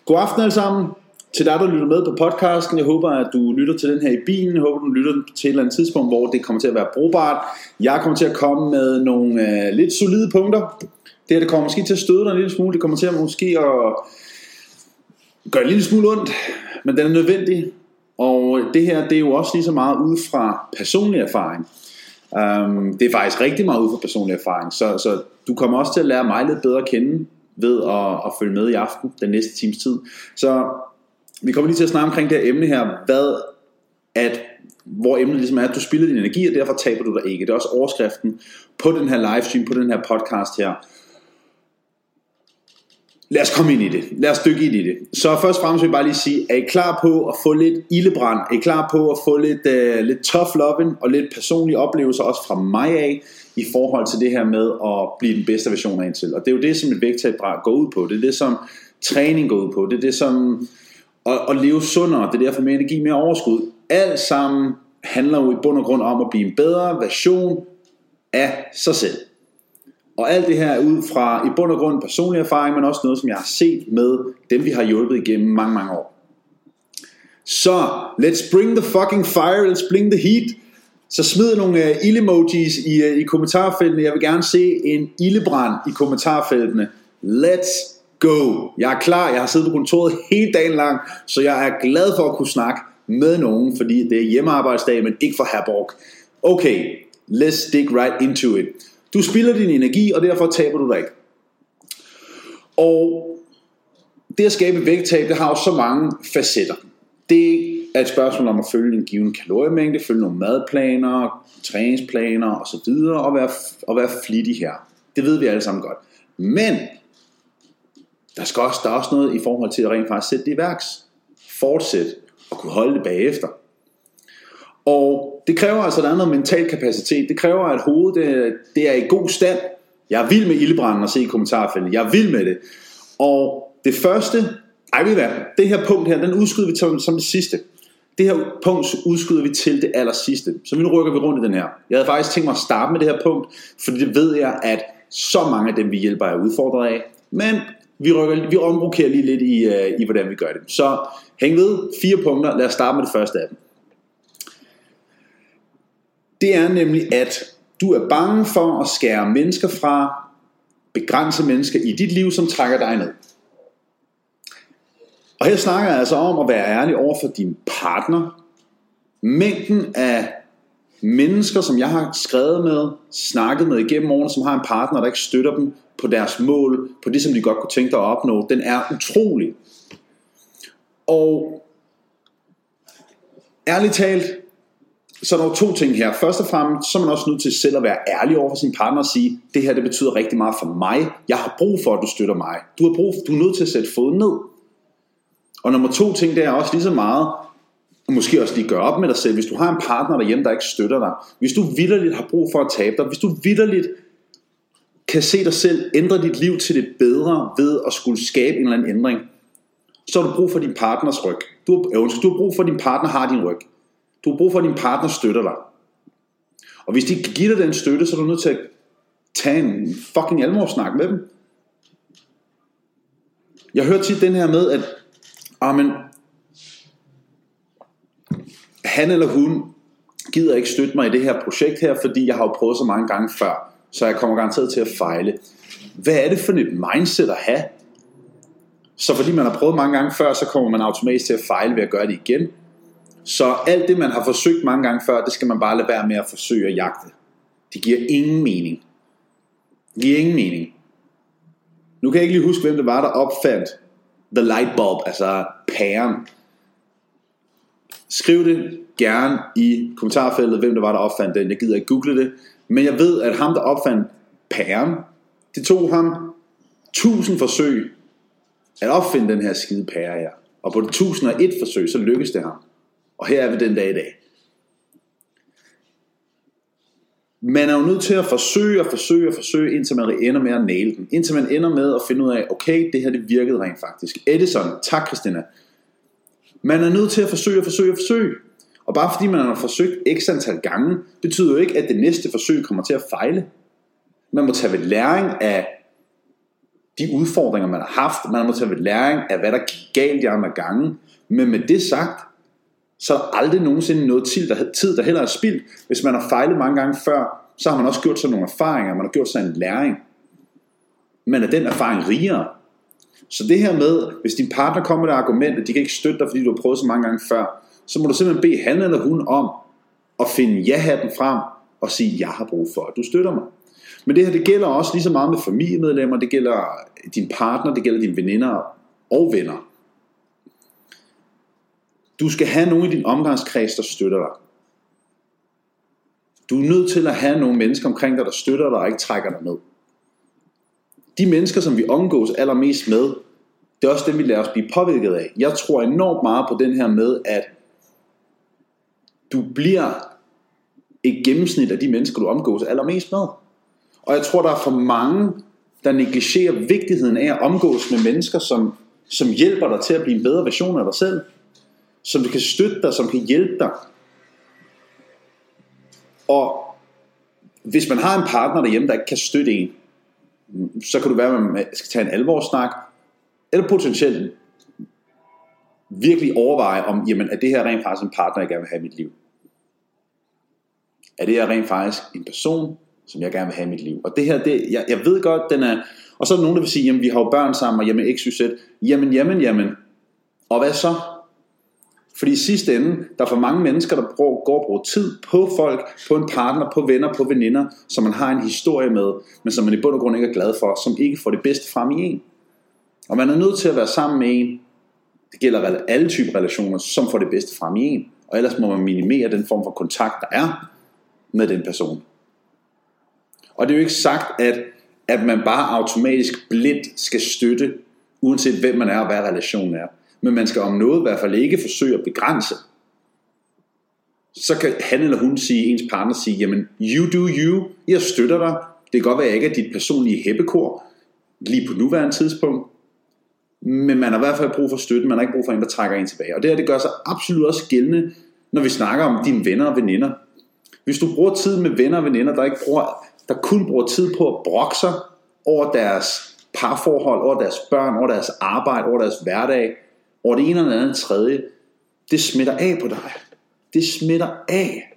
God aften alle sammen. Til dig, der lytter med på podcasten. Jeg håber, at du lytter til den her i bilen. Jeg håber, du lytter til et eller andet tidspunkt, hvor det kommer til at være brugbart. Jeg kommer til at komme med nogle lidt solide punkter. Det kommer måske til at støde dig en lille smule. Det kommer til at måske at gøre en lille smule ondt. Men den er nødvendig. Og det her, det er jo også lige så meget ud fra personlig erfaring. Det er faktisk rigtig meget ud fra personlig erfaring. Så du kommer også til at lære mig lidt bedre at kende ved at følge med i aften, den næste times tid. Så vi kommer lige til at snakke omkring det her emne her, hvor emnet ligesom er, at du spilder din energi, og derfor taber du dig ikke. Det er også overskriften på den her livestream, på den her podcast her. Lad os komme ind i det. Lad os dykke ind i det. Så først og fremmest vil jeg bare lige sige, er I klar på at få lidt ildebrand? Er I klar på at få lidt tough loving og lidt personlige oplevelser også fra mig af, i forhold til det her med at blive den bedste version af en selv? Og det er jo det, som et vægttab går ud på. Det er det, som træning går ud på. Det er det, som at leve sundere. Det er derfor mere energi, mere overskud. Alt sammen handler jo i bund og grund om at blive en bedre version af sig selv. Og alt det her er ud fra i bund og grund personlig erfaring, men også noget, som jeg har set med dem, vi har hjulpet igennem mange, mange år. Så, let's bring the fucking fire, let's bring the heat. Så smid nogle ild-emojis i kommentarfeltene. Jeg vil gerne se en ildebrand i kommentarfeltene. Let's go. Jeg er klar, jeg har siddet på kontoret hele dagen lang, så jeg er glad for at kunne snakke med nogen, fordi det er hjemmearbejdsdag, men ikke for Herborg. Okay, let's dig right into it. Du spilder din energi, og derfor taber du dig ikke. Og det at skabe vægttab, det har jo så mange facetter. Det er et spørgsmål om at følge en given kaloriemængde, følge nogle madplaner, træningsplaner osv. og være flittig her. Det ved vi alle sammen godt. Men der er også noget i forhold til at rent faktisk sætte det i værks. Fortsæt og kunne holde det bagefter. Og det kræver altså, at der er noget mental kapacitet. Det kræver, at hovedet det er i god stand. Jeg er vild med ildebranden at se i kommentarfeltet. Jeg er vild med det. Og det første, det her punkt her, den udskyder vi som det sidste. Det her punkt udskyder vi til det aller sidste. Så nu rykker vi rundt i den her. Jeg havde faktisk tænkt mig at starte med det her punkt, fordi det ved jeg, at så mange af dem, vi hjælper, er udfordret af. Men vi ombrokerer lige lidt i hvordan vi gør det. Så hæng ved, 4 punkter. Lad os starte med det første af dem. Det er nemlig, at du er bange for at skære mennesker fra, begrænse mennesker i dit liv, som trækker dig ned. Og her snakker jeg altså om at være ærlig over for din partner. Mængden af mennesker, som jeg har skrevet med, snakket med igennem årene, som har en partner, der ikke støtter dem på deres mål, på det, som de godt kunne tænke dig at opnå, den er utrolig. Og ærligt talt, så er der jo 2 ting her. Først og fremmest, så er man også nødt til selv at være ærlig over for sin partner og sige, det her, det betyder rigtig meget for mig. Jeg har brug for, at du støtter mig. Du er nødt til at sætte foden ned. Og nummer 2 ting, det er også lige så meget, og måske også lige gøre op med dig selv. Hvis du har en partner derhjemme, der ikke støtter dig, hvis du vitterligt har brug for at tabe dig, hvis du vitterligt kan se dig selv ændre dit liv til det bedre ved at skulle skabe en eller anden ændring, så har du brug for din partners ryg. Du har brug for, at din partner har din ryg. Du har brug for, at din partner støtter dig. Og hvis de kan give dig den støtte, så er du nødt til at tage en fucking alvorsnak med dem. Jeg hører tit den her med, at han eller hun gider ikke støtte mig i det her projekt her, fordi jeg har jo prøvet så mange gange før, så jeg kommer garanteret til at fejle. Hvad er det for et mindset at have? Så fordi man har prøvet mange gange før, så kommer man automatisk til at fejle ved at gøre det igen. Så alt det man har forsøgt mange gange før, det skal man bare lade være med at forsøge at jagte. Det giver ingen mening. Det giver ingen mening. Nu kan jeg ikke lige huske, hvem det var, der opfandt the light bulb, altså pæren. Skriv det gerne i kommentarfeltet, hvem det var, der opfandt den. Jeg gider ikke google det. Men jeg ved, at ham, der opfandt pæren, det tog ham 1000 forsøg at opfinde den her skide pære her. Og på det 1001 forsøg, så lykkedes det ham. Og her er vi den dag i dag. Man er jo nødt til at forsøge, indtil man ender med at naile den. Indtil man ender med at finde ud af, okay, det her det virkede rent faktisk. Edison, tak Christina. Man er nødt til at forsøge. Og bare fordi man har forsøgt x antal gange, betyder jo ikke, at det næste forsøg kommer til at fejle. Man må tage ved læring af de udfordringer, man har haft. Man har måttet tage ved læring af, hvad der gik galt de andre gange. Men med det sagt, så er der aldrig nogensinde noget tid, der heller er spildt. Hvis man har fejlet mange gange før, så har man også gjort sig nogle erfaringer. Man har gjort sig en læring. Men er den erfaring rigere? Så det her med, hvis din partner kommer med et argument, at de kan ikke støtte dig, fordi du har prøvet så mange gange før, så må du simpelthen bede han eller hun om at finde ja-hatten frem og sige, jeg har brug for, at du støtter mig. Men det her, det gælder også lige så meget med familiemedlemmer, det gælder din partner, det gælder dine veninder og venner. Du skal have nogen i din omgangskreds, der støtter dig. Du er nødt til at have nogle mennesker omkring dig, der støtter dig og ikke trækker dig ned. De mennesker, som vi omgås allermest med, det er også dem, vi lader os blive påvirket af. Jeg tror enormt meget på den her med, at du bliver et gennemsnit af de mennesker, du omgås allermest med. Og jeg tror, der er for mange, der negligerer vigtigheden af at omgås med mennesker, som hjælper dig til at blive en bedre version af dig selv. Som kan støtte dig, som kan hjælpe dig. Og hvis man har en partner derhjemme, der ikke kan støtte en, så kan det være, at man skal tage en alvorssnak, eller potentielt virkelig overveje om, jamen, er det her rent faktisk en partner, jeg gerne vil have i mit liv? Er det her rent faktisk en person, som jeg gerne vil have i mit liv? Og det her, jeg ved godt, den er. Og så er der nogen, der vil sige, jamen vi har jo børn sammen, og jamen XYZ. Jamen. Og hvad så? Fordi i sidste ende, der er for mange mennesker, der går og bruger tid på folk, på en partner, på venner, på veninder, som man har en historie med, men som man i bund og grund ikke er glad for, som ikke får det bedste frem i en. Og man er nødt til at være sammen med en, det gælder alle typer relationer, som får det bedste frem i en. Og ellers må man minimere den form for kontakt, der er med den person. Og det er jo ikke sagt, at man bare automatisk blindt skal støtte, uanset hvem man er og hvad relationen er. Men man skal om noget i hvert fald ikke forsøge at begrænse. Så kan han eller hun sige, ens partner sige, jamen you do you, jeg støtter dig. Det kan godt være, at jeg ikke er dit personlige heppekor lige på nuværende tidspunkt. Men man har i hvert fald brug for støtte, man har ikke brug for en, der trækker en tilbage. Og det her, det gør sig absolut også gældende, når vi snakker om dine venner og veninder. Hvis du bruger tid med venner og veninder, der kun bruger tid på at brokke sig over deres parforhold, over deres børn, over deres arbejde, over deres hverdag, over det ene eller andet tredje, det smitter af på dig. Det smitter af.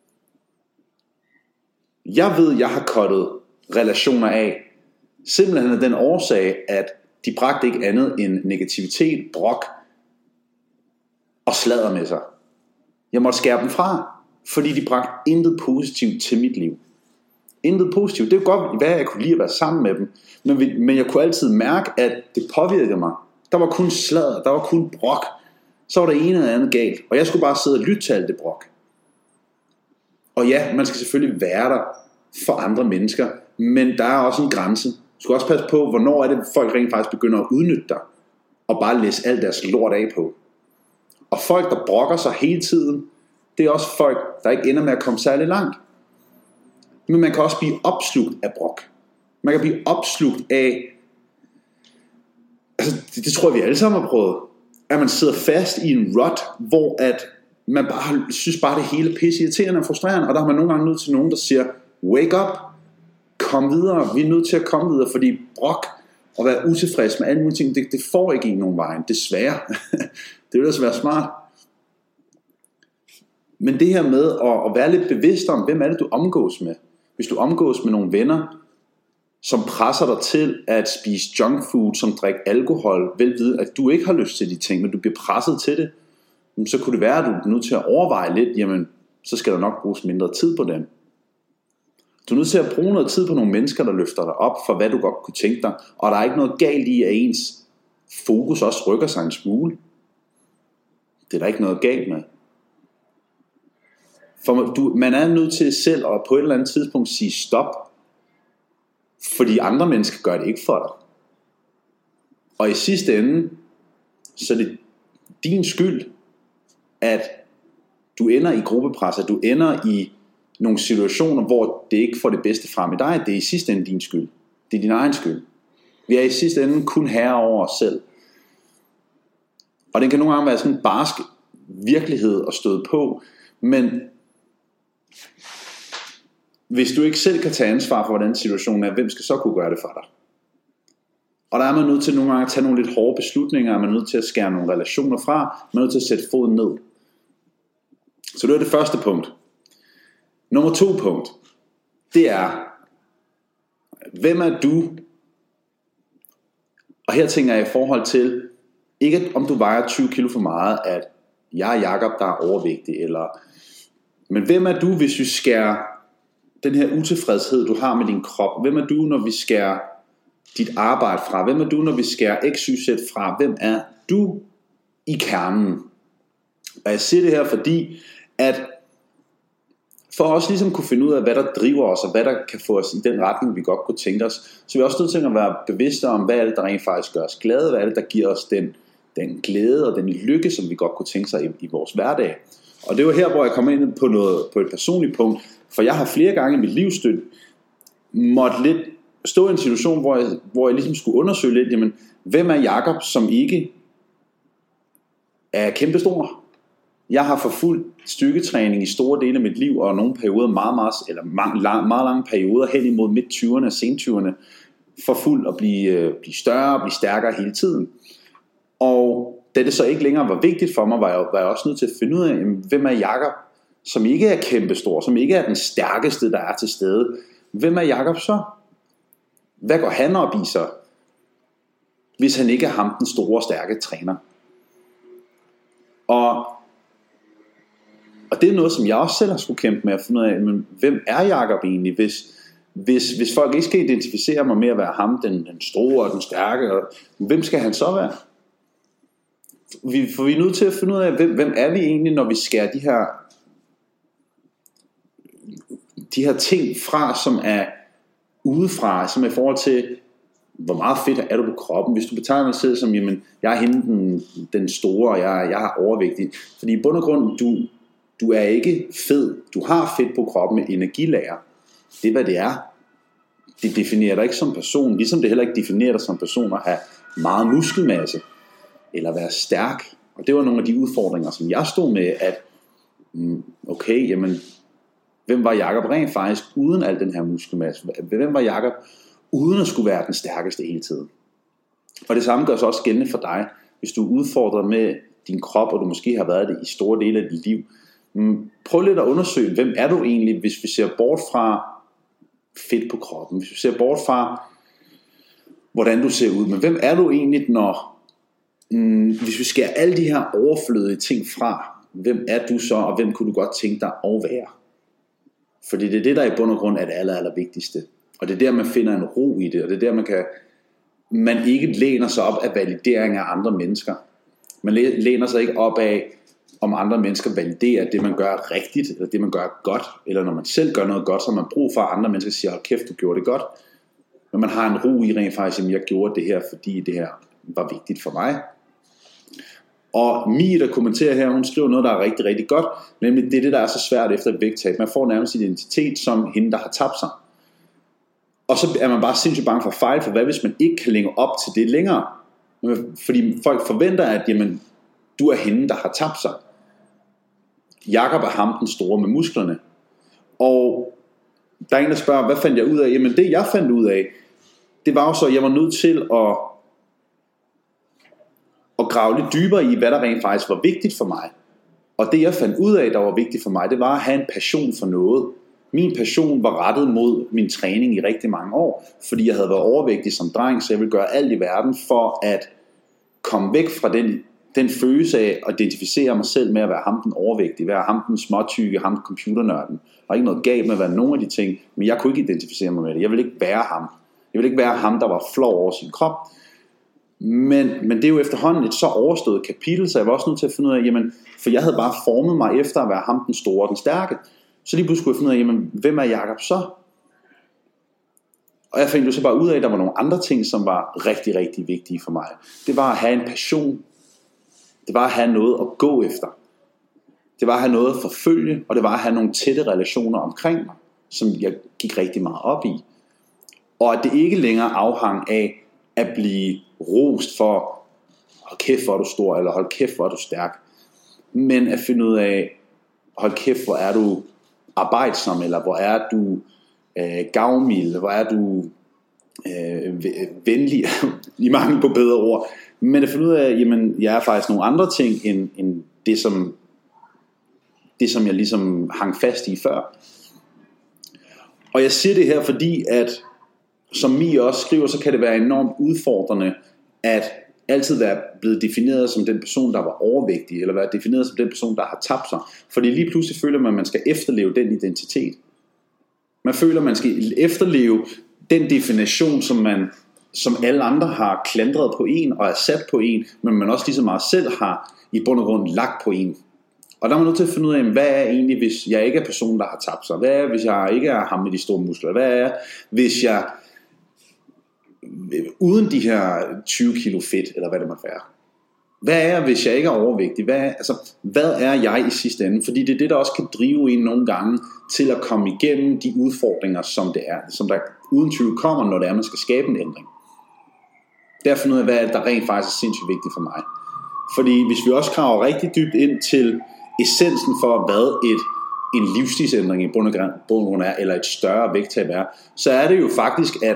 Jeg ved, jeg har cuttet relationer af, simpelthen af den årsag, at de bragte ikke andet end negativitet, brok og sladder med sig. Jeg måtte skære dem fra, fordi de bragte intet positivt til mit liv. Intet positivt. Det er godt, hvad jeg kunne lide at være sammen med dem, men jeg kunne altid mærke, at det påvirkede mig. Der var kun sladder, der var kun brok. Så var der ene eller andet galt, og jeg skulle bare sidde og lytte til alt det brok. Og ja, man skal selvfølgelig være der for andre mennesker, men der er også en grænse. Du skal også passe på, hvornår er det, folk rent faktisk begynder at udnytte dig, og bare læse alt deres lort af på. Og folk, der brokker sig hele tiden, det er også folk, der ikke ender med at komme særlig langt. Men man kan også blive opslugt af brok. Man kan blive opslugt af, altså det tror jeg vi alle sammen har prøvet, at man sidder fast i en rut, hvor at man bare synes bare det hele er pisse irriterende og frustrerende, og der har man nogle gange nødt til nogen, der siger, wake up, kom videre, vi er nødt til at komme videre, fordi brok og være utilfreds med alle mulige ting, det får ikke en nogen vejen, desværre. Det vil altså være smart. Men det her med at være lidt bevidst om, hvem er det du omgås med. Hvis du omgås med nogle venner, som presser dig til at spise junk food, som drikker alkohol, velvide, at du ikke har lyst til de ting, men du bliver presset til det, så kunne det være, at du er nødt til at overveje lidt, jamen, så skal der nok bruges mindre tid på dem. Du er nødt til at bruge noget tid på nogle mennesker, der løfter dig op for, hvad du godt kunne tænke dig, og der er ikke noget galt i, at ens fokus også rykker sig en smule. Det er der ikke noget galt med. For man er nødt til selv at på et eller andet tidspunkt sige stop, fordi andre mennesker gør det ikke for dig. Og i sidste ende, så er det din skyld, at du ender i gruppepres, at du ender i nogle situationer, hvor det ikke får det bedste frem i dig. Det er i sidste ende din skyld. Det er din egen skyld. Vi er i sidste ende kun herre over os selv. Og det kan nogle gange være sådan en barsk virkelighed at støde på, men hvis du ikke selv kan tage ansvar for, hvordan situationen er, hvem skal så kunne gøre det for dig? Og der er man nødt til nogle gange at tage nogle lidt hårde beslutninger, man er nødt til at skære nogle relationer fra, man er nødt til at sætte foden ned. Så det er det første punkt. Nummer 2 punkt, det er, hvem er du? Og her tænker jeg i forhold til, ikke om du vejer 20 kilo for meget, at jeg er Jakob, der er overvægtig, men hvem er du, hvis vi skærer den her utilfredshed, du har med din krop? Hvem er du, når vi skærer dit arbejde fra? Hvem er du, når vi skærer XYZ fra? Hvem er du i kernen? Og jeg siger det her, fordi at for os ligesom kunne finde ud af, hvad der driver os, og hvad der kan få os i den retning, vi godt kunne tænke os, så vi er også nødt til at være bevidste om, hvad er det, der rent faktisk gør os glade, hvad er det, der giver os den glæde og den lykke, som vi godt kunne tænke sig i vores hverdag. Og det var her, hvor jeg kom ind på et personligt punkt, for jeg har flere gange i mit liv måtte lidt stå i en situation, hvor jeg ligesom skulle undersøge lidt, jamen, hvem er Jakob, som ikke er kæmpestor? Jeg har forfulgt styrketræning i store dele af mit liv, og nogle perioder meget lange perioder hen imod midt-20'erne og sen-20'erne, forfulgt at blive større og blive stærkere hele tiden. Og da det så ikke længere var vigtigt for mig, var jeg også nødt til at finde ud af, hvem er Jakob, som ikke er kæmpestor, som ikke er den stærkeste, der er til stede. Hvem er Jakob så? Hvad går han op i så, hvis han ikke er ham, den store, stærke træner? Og det er noget, som jeg også selv har skulle kæmpe med at finde ud af, men hvem er Jakob egentlig, hvis folk ikke skal identificere mig med at være ham, den store og den stærke, og hvem skal han så være? For vi er nødt til at finde ud af, hvem er vi egentlig, når vi skærer de her ting fra, som er udefra, som er i forhold til, hvor meget fedt er du på kroppen. Hvis du betegner dig selv som, jamen, jeg er hende den store, og jeg er overvægtig. Fordi i bund og grund, du er ikke fed. Du har fedt på kroppen med energilager. Det er, hvad det er. Det definerer dig ikke som person, ligesom det heller ikke definerer dig som person at have meget muskelmasse, eller være stærk. Og det var nogle af de udfordringer, som jeg stod med, at okay, jamen, hvem var Jakob rent faktisk uden al den her muskelmasse? Hvem var Jakob uden at skulle være den stærkeste hele tiden? Og det samme gør sig også gældende for dig, hvis du er udfordret med din krop, og du måske har været det i store dele af dit liv. Prøv lidt at undersøge, hvem er du egentlig, hvis vi ser bort fra fedt på kroppen, hvis vi ser bort fra, hvordan du ser ud, men hvem er du egentlig, hvis vi skærer alle de her overflødige ting fra, hvem er du så, og hvem kunne du godt tænke dig at være? Fordi det er det, der i bund og grund er det aller vigtigste. Og det er der, man finder en ro i det, og det er der, man ikke læner sig op af validering af andre mennesker. Man læner sig ikke op af, om andre mennesker validerer det, man gør rigtigt, eller det, man gør godt, eller når man selv gør noget godt, så har man brug for, at andre mennesker siger, hold kæft, du gjorde det godt. Men man har en ro i rent faktisk, at jeg gjorde det her, fordi det her var vigtigt for mig. Og Mie, der kommenterer her, hun skriver noget, der er rigtig, rigtig godt, nemlig det, der er så svært efter et vægttab. Man får nærmest identitet som hende, der har tabt sig. Og så er man bare sindssygt bange for fejl, for hvad hvis man ikke kan længe op til det længere? Fordi folk forventer, at jamen, du er hende, der har tabt sig. Jakob er ham, den store med musklerne. Og der er en, der spørger, hvad fandt jeg ud af? Jamen det, jeg fandt ud af, det var jo så, at jeg var nødt til at grave lidt dybere i, hvad der rent faktisk var vigtigt for mig. Og det, jeg fandt ud af, der var vigtigt for mig, det var at have en passion for noget. Min passion var rettet mod min træning i rigtig mange år, fordi jeg havde været overvægtig som dreng, så jeg ville gøre alt i verden for at komme væk fra den følelse af at identificere mig selv med at være ham den overvægtige, være ham den småtykke, ham computernørden. Der var ikke noget galt med at være nogen af de ting, men jeg kunne ikke identificere mig med det. Jeg ville ikke være ham. Jeg ville ikke være ham, der var flov over sin krop. Men det er jo efterhånden et så overstået kapitel, så jeg var også nødt til at finde ud af, jamen, for jeg havde bare formet mig efter at være ham den store og den stærke. Så lige pludselig skulle jeg finde ud af, jamen, hvem er Jakob så? Og jeg fandt jo så bare ud af, at der var nogle andre ting, som var rigtig, rigtig vigtige for mig. Det var at have en passion. Det var at have noget at gå efter. Det var at have noget at forfølge, og det var at have nogle tætte relationer omkring mig, som jeg gik rigtig meget op i. Og at det ikke længere afhang af at blive rost for, hold kæft hvor er du stor, eller hold kæft hvor er du stærk, men at finde ud af, hold kæft hvor er du arbejdsom, eller hvor er du gavmild, hvor er du venlig, i mangel på bedre ord, men at finde ud af, jamen, jeg er faktisk nogle andre ting, end det som jeg ligesom hang fast i før. Og jeg siger det her, fordi at, som Mie også skriver, så kan det være enormt udfordrende, at altid være blevet defineret som den person, der var overvægtig, eller være defineret som den person, der har tabt sig. Fordi lige pludselig føler man, at man skal efterleve den identitet. Man føler, at man skal efterleve den definition, som alle andre har klandret på en og er sat på en, men man også lige så meget selv har i bund og grund lagt på en. Og der er man nødt til at finde ud af, hvad er egentlig, hvis jeg ikke er personen, der har tabt sig? Hvad er, hvis jeg ikke er ham med de store muskler? Hvad er, hvis jeg uden de her 20 kilo fedt, eller hvad det måtte være? Hvad er, hvis jeg ikke er overvægtig? Hvad er jeg i sidste ende? Fordi det er det, der også kan drive en nogle gange til at komme igennem de udfordringer, som der uden tvivl kommer, når det er, man skal skabe en ændring. Det er at finde ud af, hvad er det, der rent faktisk er sindssygt vigtigt for mig. Fordi hvis vi også graver rigtig dybt ind til essensen for, hvad en livsstilsændring i bund og grund er, eller et større vægttab er, så er det jo faktisk, at,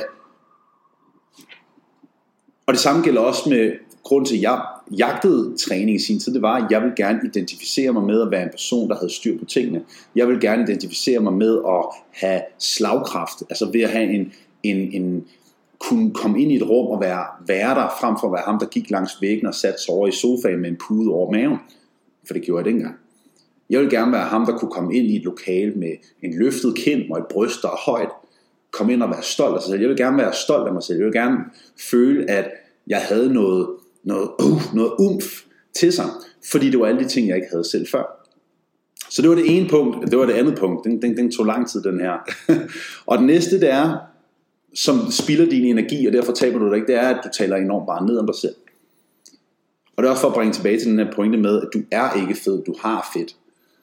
og det samme gælder også med grund til, at jeg jagtede træning i sin tid, det var, at jeg vil gerne identificere mig med at være en person, der havde styr på tingene. Jeg vil gerne identificere mig med at have slagkraft, altså ved at have kunne komme ind i et rum og være der, frem for at være ham, der gik langs væggen og satte sig over i sofaen med en pude over maven. For det gjorde jeg dengang. Jeg vil gerne være ham, der kunne komme ind i et lokale med en løftet kind og et bryst, der er højt. Komme ind og være stolt af sig selv. Jeg vil gerne være stolt af mig selv. Jeg vil gerne føle, at jeg havde noget umf til sig. Fordi det var alle de ting, jeg ikke havde selv før. Så det var det ene punkt. Det var det andet punkt. Den tog lang tid, den her. Og det næste, det er, som spilder din energi, og derfor taber du det ikke, det er, at du taler enormt bare ned om dig selv. Og det er også for at bringe tilbage til den her pointe med, at du er ikke fed, du har fedt.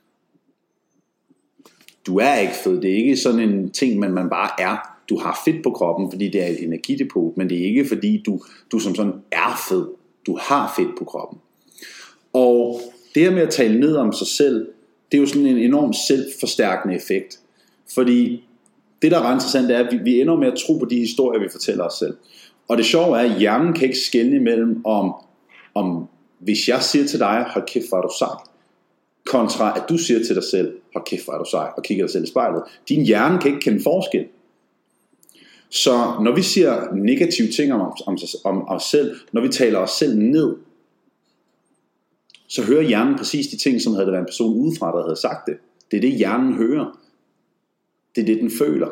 Du er ikke fed, det er ikke sådan en ting, man bare er. Du har fedt på kroppen, fordi det er et energidepot, men det er ikke fordi, du som sådan er fed. Du har fedt på kroppen. Og det her med at tale ned om sig selv, det er jo sådan en enormt selvforstærkende effekt. Fordi det, der er ret interessant, er, at vi ender med at tro på de historier, vi fortæller os selv. Og det sjove er, at hjernen kan ikke skelne imellem, om hvis jeg siger til dig, hold kæft, hvor er du sej, kontra at du siger til dig selv, hold kæft, hvor er du sej, og kigger dig selv i spejlet. Din hjerne kan ikke kende forskel. Så når vi siger negative ting om os selv, når vi taler os selv ned, så hører hjernen præcis de ting, som havde det været en person udefra, der havde sagt det. Det er det, hjernen hører. Det er det, den føler.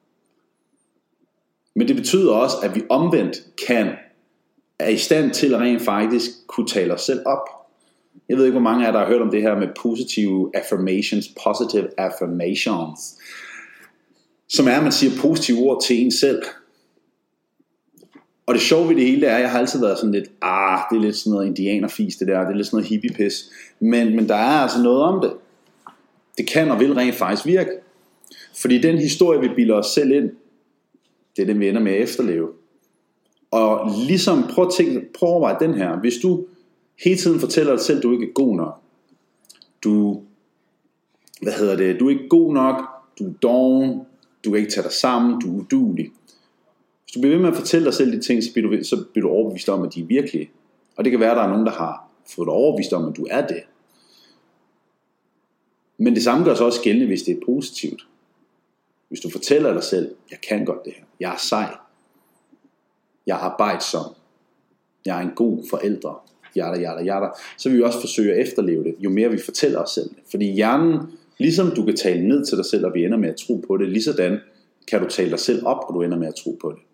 Men det betyder også, at vi omvendt er i stand til at rent faktisk kunne tale os selv op. Jeg ved ikke, hvor mange af jer, der har hørt om det her med positive affirmations, som er, at man siger positive ord til en selv. Og det sjove ved det hele er, at jeg har altid været sådan lidt, det er lidt sådan noget indianerfis det der, det er lidt sådan noget hippiepis. Men der er altså noget om det. Det kan og vil rent faktisk virke. Fordi den historie, vi bilder os selv ind, det er den, vi ender med at efterleve. Og ligesom, prøv at overveje den her. Hvis du hele tiden fortæller dig selv, at du ikke er god nok. Du er ikke god nok, du er doven, du kan ikke tage dig sammen, du er uduelig. Hvis du bliver ved med at fortælle dig selv de ting, så bliver du overbevist om, at de er virkelige. Og det kan være, at der er nogen, der har fået dig overbevist om, at du er det. Men det samme gør sig også gældende, hvis det er positivt. Hvis du fortæller dig selv, jeg kan godt det her, jeg er sej, jeg er arbejdsom, jeg er en god forælder, jada, så vil vi også forsøge at efterleve det, jo mere vi fortæller os selv. Fordi hjernen, ligesom du kan tale ned til dig selv, og vi ender med at tro på det, ligesådan kan du tale dig selv op, og du ender med at tro på det.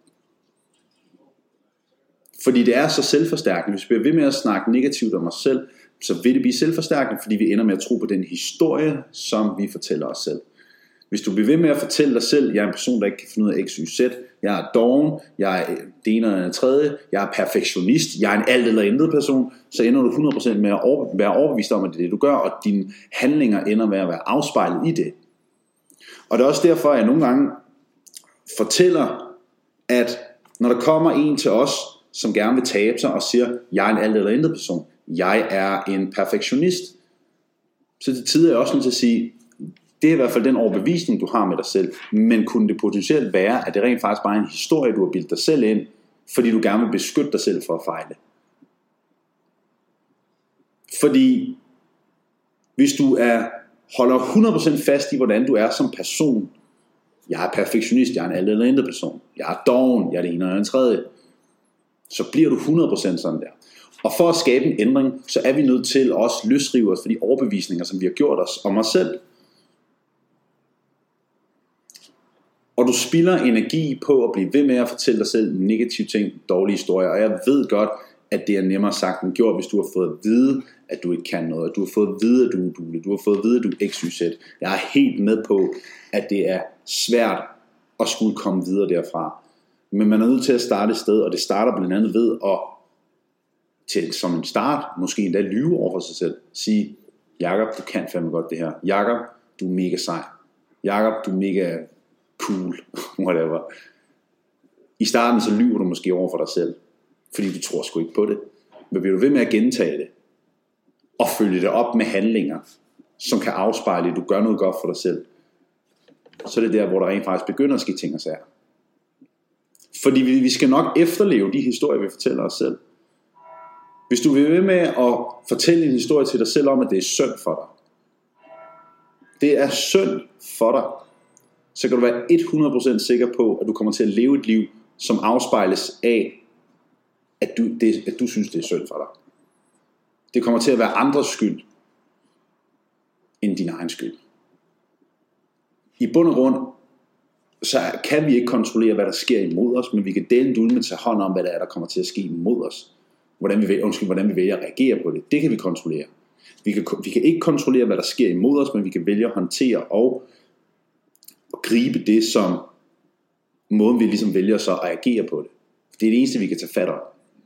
Fordi det er så selvforstærkende. Hvis vi bliver ved med at snakke negativt om os selv, så vil det blive selvforstærkende, fordi vi ender med at tro på den historie, som vi fortæller os selv. Hvis du bliver ved med at fortælle dig selv, jeg er en person, der ikke kan finde ud af X, Y, Z, jeg er doven, jeg er det ene eller det tredje, jeg er perfektionist, jeg er en alt eller intet person, så ender du 100% med at være overbevist om, at det er det, du gør, og dine handlinger ender med at være afspejlet i det. Og det er også derfor, at jeg nogle gange fortæller, at når der kommer en til os, som gerne vil tabe sig og siger, jeg er en alt eller intet person, jeg er en perfektionist, så til tider er jeg også nødt til at sige, Det er i hvert fald den overbevisning, du har med dig selv. Men kunne det potentielt være, at det rent faktisk bare er en historie, du har bildt dig selv ind, fordi du gerne vil beskytte dig selv for at fejle? Fordi hvis du holder 100% fast i, hvordan du er som person, jeg er perfektionist, jeg er en alt eller andet person, jeg er doven, jeg er det ene eller andet tredje, så bliver du 100% sådan der. Og for at skabe en ændring, så er vi nødt til også løsrive os for de overbevisninger, som vi har gjort os om os selv. Og du spilder energi på at blive ved med at fortælle dig selv negative ting, dårlige historier. Og jeg ved godt, at det er nemmere sagt end gjort, hvis du har fået at vide, at du ikke kan noget. At du har fået at vide, at du er uduelig. Du har fået at vide, at du er XYZ. Jeg er helt med på, at det er svært at skulle komme videre derfra. Men man er nødt til at starte et sted, og det starter blandt andet ved at som en start, måske endda lyve over for sig selv. Sige, Jakob, du kan fandme godt det her. Jakob, du er mega sej. Jakob, du er mega cool. Whatever. I starten så lyver du måske over for dig selv, fordi du tror sgu ikke på det. Men bliver du ved med at gentage det, og følge det op med handlinger, som kan afspejle, at du gør noget godt for dig selv, så er det der, hvor der rent faktisk begynder at ske ting og sager. Fordi vi skal nok efterleve de historier, vi fortæller os selv. Hvis du vil ved med at fortælle en historie til dig selv om, at det er synd for dig, det er synd for dig, så kan du være 100% sikker på, at du kommer til at leve et liv, som afspejles af, at du synes, det er synd for dig. Det kommer til at være andres skyld, end din egen skyld. I bund og grund, så kan vi ikke kontrollere, hvad der sker imod os, men vi kan dele ud med tage hånd om, hvad der er, der kommer til at ske imod os. Hvordan vi vælger at reagere på det. Det kan vi kontrollere. Vi kan ikke kontrollere, hvad der sker imod os, men vi kan vælge at håndtere og gribe det som måden, vi ligesom vælger så at reagere på det. Det er det eneste, vi kan tage fat om.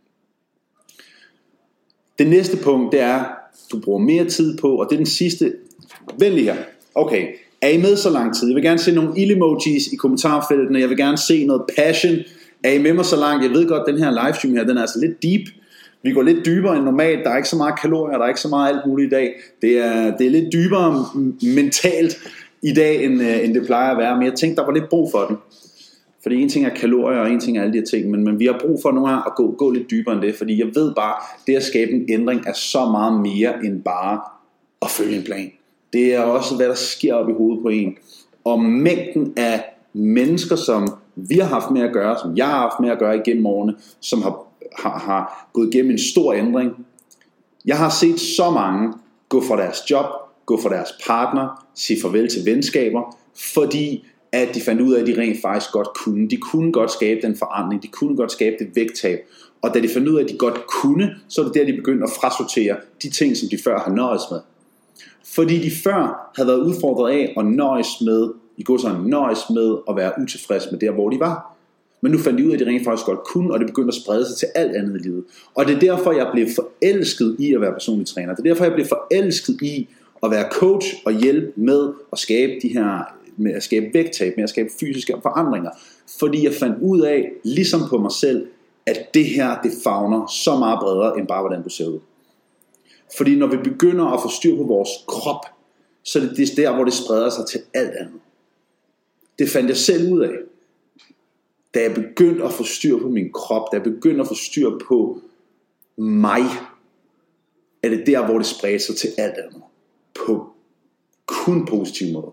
Det næste punkt, det er, du bruger mere tid på, og det er den sidste. Vælg her. Okay, er I med så lang tid? Jeg vil gerne se nogle emojis i kommentarfeltene. Jeg vil gerne se noget passion. Er I med mig så langt? Jeg ved godt, den her livestream her, den er altså lidt deep. Vi går lidt dybere end normalt. Der er ikke så meget kalorier, der er ikke så meget alt muligt i dag. Det er lidt dybere mentalt i dag, end det plejer at være. Men jeg tænkte, der var lidt brug for den. Fordi en ting er kalorier, og en ting er alle de her ting. Men vi har brug for nu her at gå lidt dybere end det. Fordi jeg ved bare, det at skabe en ændring er så meget mere end bare at følge en plan. Det er også, hvad der sker op i hovedet på en. Og mængden af mennesker, som vi har haft med at gøre, som jeg har haft med at gøre igennem årene, som har gået igennem en stor ændring. Jeg har set så mange gå fra deres job, gå fra deres partner, sige farvel til venskaber, fordi at de fandt ud af, at de rent faktisk godt kunne. De kunne godt skabe den forandring, de kunne godt skabe det vægttab. Og da de fandt ud af, at de godt kunne, så er det der, de begyndte at frasortere de ting, som de før har nøjes med. Fordi de før havde været udfordret af at nøjes med at være utilfreds med der, hvor de var. Men nu fandt de ud af, at de rent faktisk godt kunne, og det begyndte at sprede sig til alt andet i livet. Og det er derfor, jeg blev forelsket i at være personlig træner. Det er derfor, jeg blev forelsket i at være coach og hjælpe med at skabe vægttab, med at skabe fysiske forandringer. Fordi jeg fandt ud af, ligesom på mig selv, at det her, det favner så meget bredere, end bare hvordan du ser ud. Fordi når vi begynder at få styr på vores krop, så er det der, hvor det spreder sig til alt andet. Det fandt jeg selv ud af. Da jeg begyndte at få styr på min krop, da jeg begyndte at få styr på mig, er det der, hvor det spreder sig til alt andet. På kun positiv måde.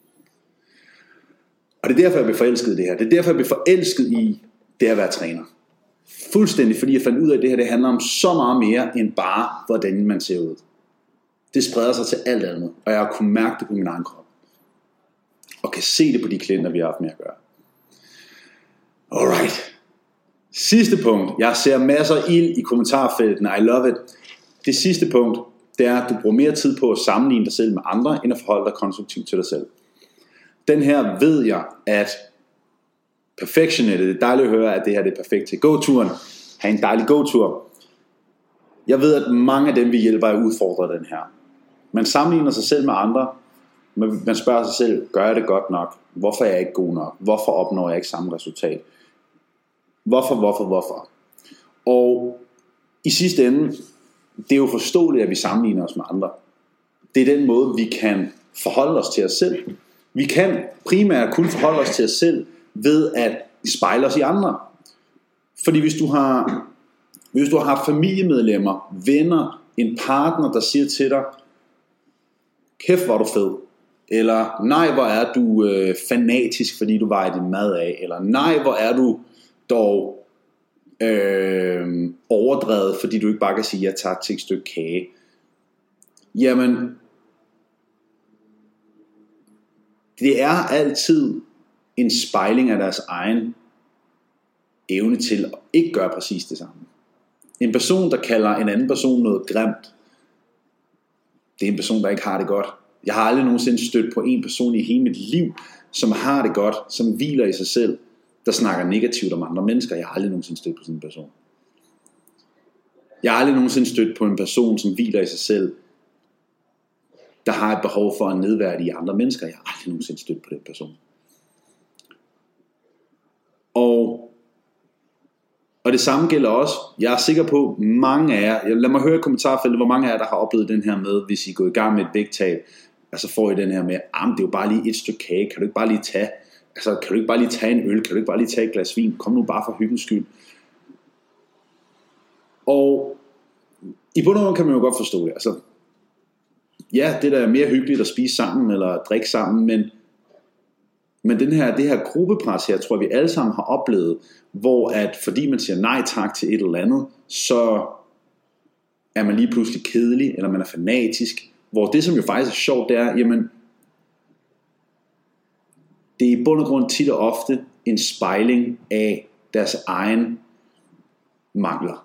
Og det er derfor, jeg blev forelsket i det her. Det er derfor, jeg blev forelsket i det at være træner. Fuldstændig, fordi jeg fandt ud af, at det her det handler om så meget mere, end bare, hvordan man ser ud. Det spreder sig til alt andet, og jeg har kunnet mærke det på min egen krop. Og kan se det på de klienter, vi har haft med at gøre. Alright. Sidste punkt. Jeg ser masser af ild i kommentarfeltene. I love it. Det sidste punkt, det er, at du bruger mere tid på at sammenligne dig selv med andre, end at forholde dig konstruktivt til dig selv. Den her ved jeg, at perfectionette, det er dejligt at høre, at det her det er perfekt til gåturen. Ha' en dejlig gåtur. Jeg ved, at mange af dem, vi hjælper, er udfordret den her. Man sammenligner sig selv med andre. Man spørger sig selv, gør jeg det godt nok? Hvorfor er jeg ikke god nok? Hvorfor opnår jeg ikke samme resultat? Hvorfor? Og i sidste ende, det er jo forståeligt, at vi sammenligner os med andre. Det er den måde, vi kan forholde os til os selv. Vi kan primært kun forholde os til os selv ved at spejle os i andre. Fordi hvis du har familiemedlemmer, venner, en partner, der siger til dig, kæft hvor er du fed, eller nej hvor er du fanatisk, fordi du vejer din mad af, eller nej hvor er du dog overdrevet, fordi du ikke bare kan sige ja tak til et stykke kage. Jamen, det er altid en spejling af deres egen evne til at ikke gøre præcis det samme. En person, der kalder en anden person noget grimt, det er en person, der ikke har det godt. Jeg har aldrig nogensinde stødt på en person i hele mit liv, som har det godt, som hviler i sig selv, der snakker negativt om andre mennesker. Jeg har aldrig nogensinde stødt på sådan en person. Jeg har aldrig nogensinde stødt på en person, som hviler i sig selv, der har et behov for at nedværdige andre mennesker. Jeg har aldrig nogensinde stødt på den person. Og det samme gælder også. Jeg er sikker på, mange af jer, lad mig høre i kommentarfeltet, hvor mange af jer, der har oplevet den her med, hvis I går i gang med et vægttab, altså får I den her med, det er jo bare lige et stykke kage, kan du ikke bare lige tage, kan du ikke bare lige tage en øl, kan du ikke bare lige tage et glas vin, kom nu bare for hyggens skyld. Og i bund og grund kan man jo godt forstå det, altså, ja, det der er mere hyggeligt at spise sammen, eller drikke sammen, men det her gruppepres her, tror jeg, vi alle sammen har oplevet, hvor at fordi man siger nej tak til et eller andet, så er man lige pludselig kedelig, eller man er fanatisk, hvor det som jo faktisk er sjovt, det er, jamen, det er i bund og grund tit og ofte en spejling af deres egen mangler.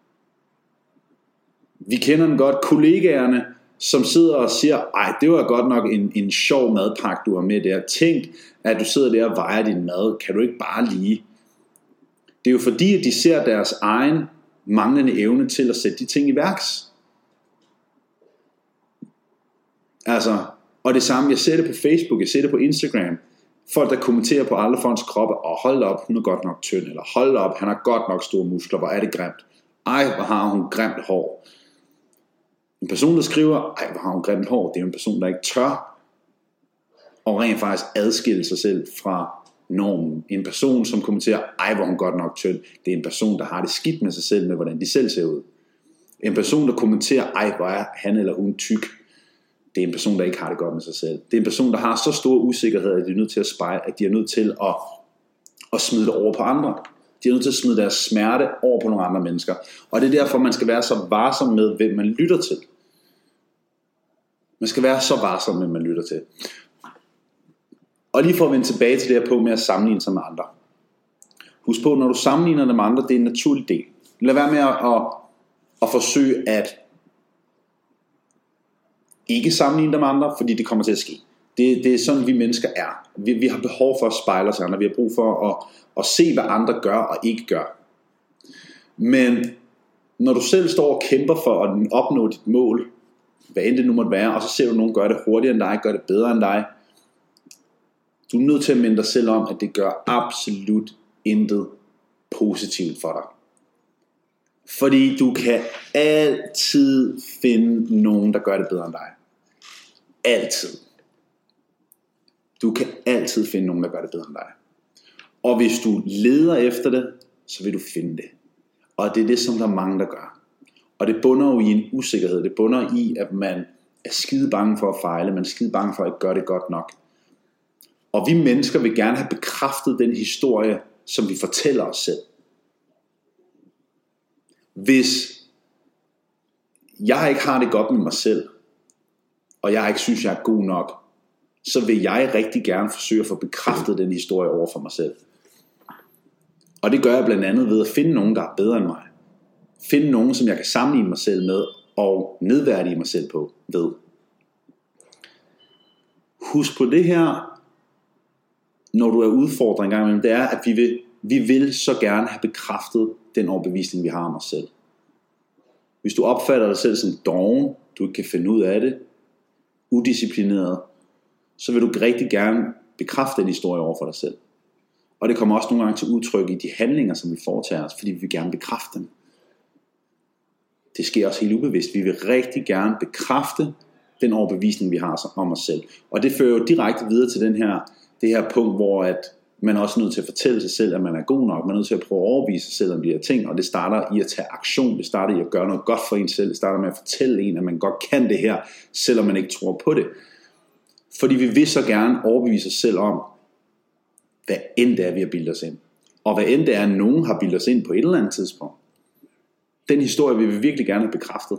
Vi kender den godt, kollegaerne, som sidder og siger, ej, det var godt nok en sjov madpakke, du har med der. Tænk, at du sidder der og vejer din mad. Kan du ikke bare lige? Det er jo fordi, at de ser deres egen manglende evne til at sætte de ting i værks. Altså, og det samme, jeg ser det på Facebook, jeg ser det på Instagram. Folk, der kommenterer på alle folks kroppe, og hold op, hun er godt nok tynd, eller hold op, han har godt nok store muskler, hvor er det grimt. Ej, hvor har hun grimt hår. En person, der skriver, ej, hvor har hun grimt hår, det er jo en person, der ikke tør og rent faktisk adskille sig selv fra normen. En person, som kommenterer, ej, hvor hun godt nok tynd, det er en person, der har det skidt med sig selv, med hvordan de selv ser ud. En person, der kommenterer, ej, hvor er han eller hun tyk, det er en person, der ikke har det godt med sig selv. Det er en person, der har så stor usikkerhed, at de er nødt til at spejle, at de er nødt til at smide det over på andre. De er nødt til at smide deres smerte over på nogle andre mennesker. Og det er derfor, man skal være så varsom med, hvem man lytter til. Man skal være så varsom med, hvem man lytter til. Og lige for at vende tilbage til det her på med at sammenligne sig med andre. Husk på, når du sammenligner dig med andre, det er en naturlig del. Lad være med at forsøge at ikke sammenligne dig med andre, fordi det kommer til at ske. Det er sådan, vi mennesker er. Vi har behov for at spejle os andre. Vi har brug for at se, hvad andre gør og ikke gør. Men når du selv står og kæmper for at opnå dit mål, hvad end det nu måtte være, og så ser du nogen gøre det hurtigere end dig, gør det bedre end dig, du er nødt til at minde dig selv om, at det gør absolut intet positivt for dig. Fordi du kan altid finde nogen, der gør det bedre end dig. Altid. Du kan altid finde nogen, der gør det bedre end dig. Og hvis du leder efter det, så vil du finde det. Og det er det, som der er mange, der gør. Og det bunder jo i en usikkerhed. Det bunder i, at man er skide bange for at fejle. Man er skide bange for at ikke gøre det godt nok. Og vi mennesker vil gerne have bekræftet den historie, som vi fortæller os selv. Hvis jeg ikke har det godt med mig selv, og jeg ikke synes, jeg er god nok, så vil jeg rigtig gerne forsøge at få bekræftet den historie over for mig selv. Og det gør jeg blandt andet ved at finde nogen, der er bedre end mig. Finde nogen, som jeg kan sammenligne mig selv med, og nedværdige mig selv på ved. Husk på det her, når du er udfordret en gang imellem, det er, at vi vil så gerne have bekræftet den overbevisning, vi har om os selv. Hvis du opfatter dig selv som doven, du ikke kan finde ud af det, udisciplineret, så vil du rigtig gerne bekræfte den historie over for dig selv. Og det kommer også nogle gange til udtryk i de handlinger, som vi foretager os, fordi vi vil gerne bekræfte dem. Det sker også helt ubevidst. Vi vil rigtig gerne bekræfte den overbevisning, vi har om os selv. Og det fører jo direkte videre til det her punkt, hvor at man er også nødt til at fortælle sig selv, at man er god nok. Man er nødt til at prøve at overbevise sig selv om de her ting, og det starter i at tage aktion. Det starter i at gøre noget godt for en selv. Det starter med at fortælle en, at man godt kan det her, selvom man ikke tror på det. Fordi vi vil så gerne overbevise os selv om, hvad end det er, vi har bildet os ind. Og hvad end det er, nogen har bildet os ind på et eller andet tidspunkt. Den historie vil vi virkelig gerne have bekræftet.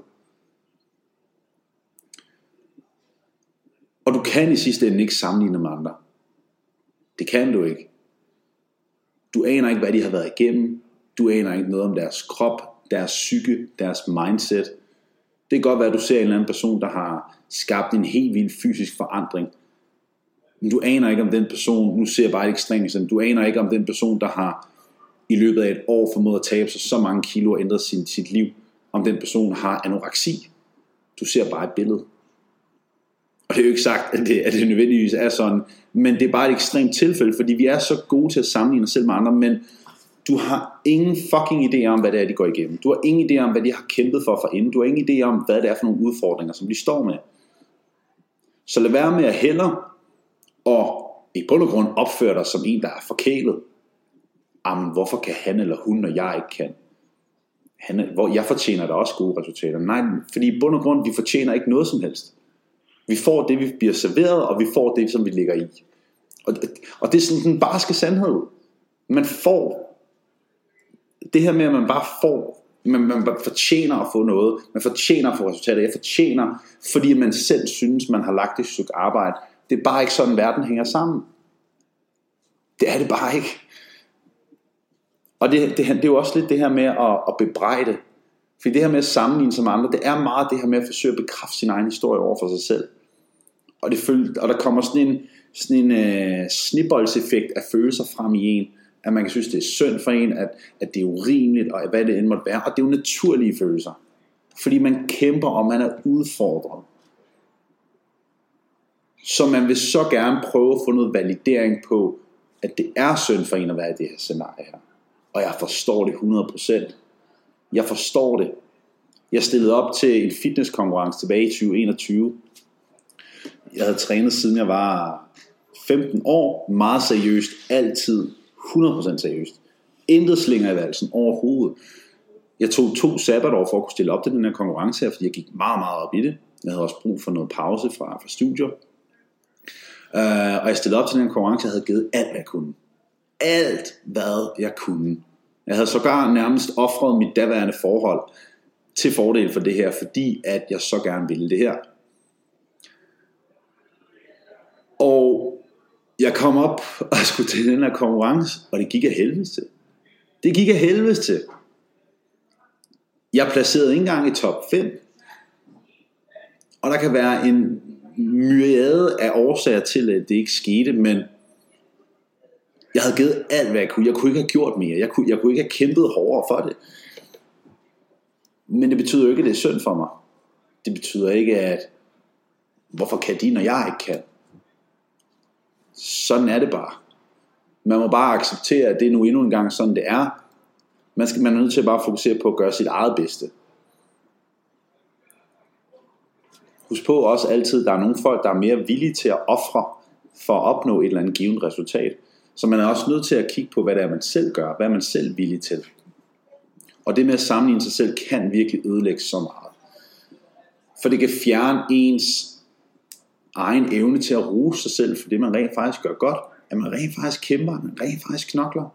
Og du kan i sidste ende ikke sammenligne med andre. Det kan du ikke. Du aner ikke, hvad de har været igennem. Du aner ikke noget om deres krop, deres psyke, deres mindset. Det kan godt være, at du ser en eller anden person, der har skabt en helt vild fysisk forandring. Men du aner ikke om den person, nu ser jeg bare et ekstremt eksempel, du aner ikke om den person, der har i løbet af et år formået at tabe sig så mange kilo og ændret sit liv, om den person har anoreksi. Du ser bare et billede. Og det er jo ikke sagt, at det nødvendigvis er sådan, men det er bare et ekstremt tilfælde, fordi vi er så gode til at sammenligne os selv med andre, men du har ingen fucking idé om, hvad det er, de går igennem. Du har ingen idé om, hvad de har kæmpet for inden. Du har ingen idé om, hvad det er for nogle udfordringer, som de står med. Så lad være med at hellere og i bund og grund opføre dig som en, der er forkælet. Jamen, hvorfor kan han eller hun, og jeg ikke kan? Jeg fortjener da også gode resultater. Nej, fordi i bund og grund, vi fortjener ikke noget som helst. Vi får det, vi bliver serveret, og vi får det, som vi ligger i. Og det er sådan den barske sandhed. Man får det her med, at man bare får, man fortjener at få noget. Man fortjener at få resultater. Jeg fortjener, fordi man selv synes, man har lagt et stykke arbejde. Det er bare ikke sådan, verden hænger sammen. Det er det bare ikke. Og det er jo også lidt det her med at bebrejde. For det her med at sammenligne sig med andre, det er meget det her med at forsøge at bekræfte sin egen historie over for sig selv. Og der kommer sådan en snibboldseffekt af følelser frem i en, at man kan synes, det er synd for en, at det er urimeligt, og hvad det end måtte være. Og det er jo naturlige følelser. Fordi man kæmper, og man er udfordret. Så man vil så gerne prøve at få noget validering på, at det er synd for en at være i det her scenarie her. Og jeg forstår det 100%. Jeg forstår det. Jeg stillede op til en fitnesskonkurrence tilbage i 2021. Jeg havde trænet siden jeg var 15 år. Meget seriøst. Altid. 100% seriøst. Intet slinger i valsen overhovedet. Jeg tog 2 sabbatår for at kunne stille op til den her konkurrence her, fordi jeg gik meget, meget op i det. Jeg havde også brug for noget pause fra studier. Og jeg stillede op til den her konkurrence. Jeg havde givet alt, hvad jeg kunne. Alt, hvad jeg kunne. Jeg havde sågar nærmest offret mit daværende forhold til fordel for det her, fordi at jeg så gerne ville det her. Og jeg kom op og skulle til den her konkurrence, og det gik af helvede til. Det gik af helvede til. Jeg placerede ikke engang i top 5. Og der kan være en myriade af årsager til, at det ikke skete, men jeg havde givet alt, hvad jeg kunne. Jeg kunne ikke have gjort mere. Jeg kunne ikke have kæmpet hårdere for det. Men det betyder jo ikke, at det er synd for mig. Det betyder ikke, at hvorfor kan de, når jeg ikke kan? Sådan er det bare. Man må bare acceptere, at det er nu endnu en gang sådan det er. Man er nødt til at bare fokusere på at gøre sit eget bedste. Husk på også altid, at der er nogle folk, der er mere villige til at ofre for at opnå et eller andet givet resultat. Så man er også nødt til at kigge på, hvad det er, man selv gør. Hvad er man selv villig til? Og det med at sammenligne sig selv kan virkelig ødelægge så meget. For det kan fjerne ens egen evne til at rose sig selv for det, man rent faktisk gør godt. At man rent faktisk kæmper, man rent faktisk knokler.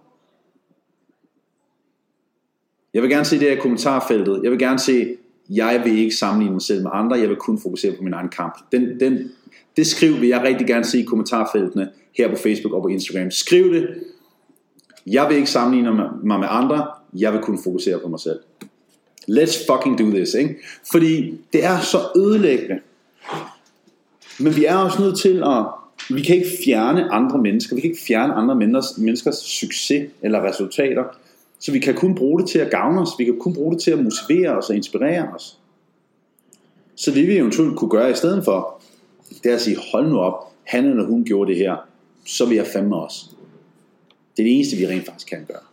Jeg vil gerne se det her i kommentarfeltet. Jeg vil gerne se, jeg vil ikke sammenligne mig selv med andre. Jeg vil kun fokusere på min egen kamp. Det skriv vil jeg rigtig gerne se i kommentarfeltene her på Facebook og på Instagram. Skriv det. Jeg vil ikke sammenligne mig med andre. Jeg vil kun fokusere på mig selv. Let's fucking do this, ikke? Fordi det er så ødelæggende. Men vi er også nødt til at... Vi kan ikke fjerne andre mennesker. Vi kan ikke fjerne andre menneskers succes eller resultater. Så vi kan kun bruge det til at gavne os. Vi kan kun bruge det til at motivere os og inspirere os. Så det vi eventuelt kunne gøre i stedet for, det er at sige, hold nu op, han eller hun gjorde det her, så vil jeg fandme også. Det er det eneste, vi rent faktisk kan gøre.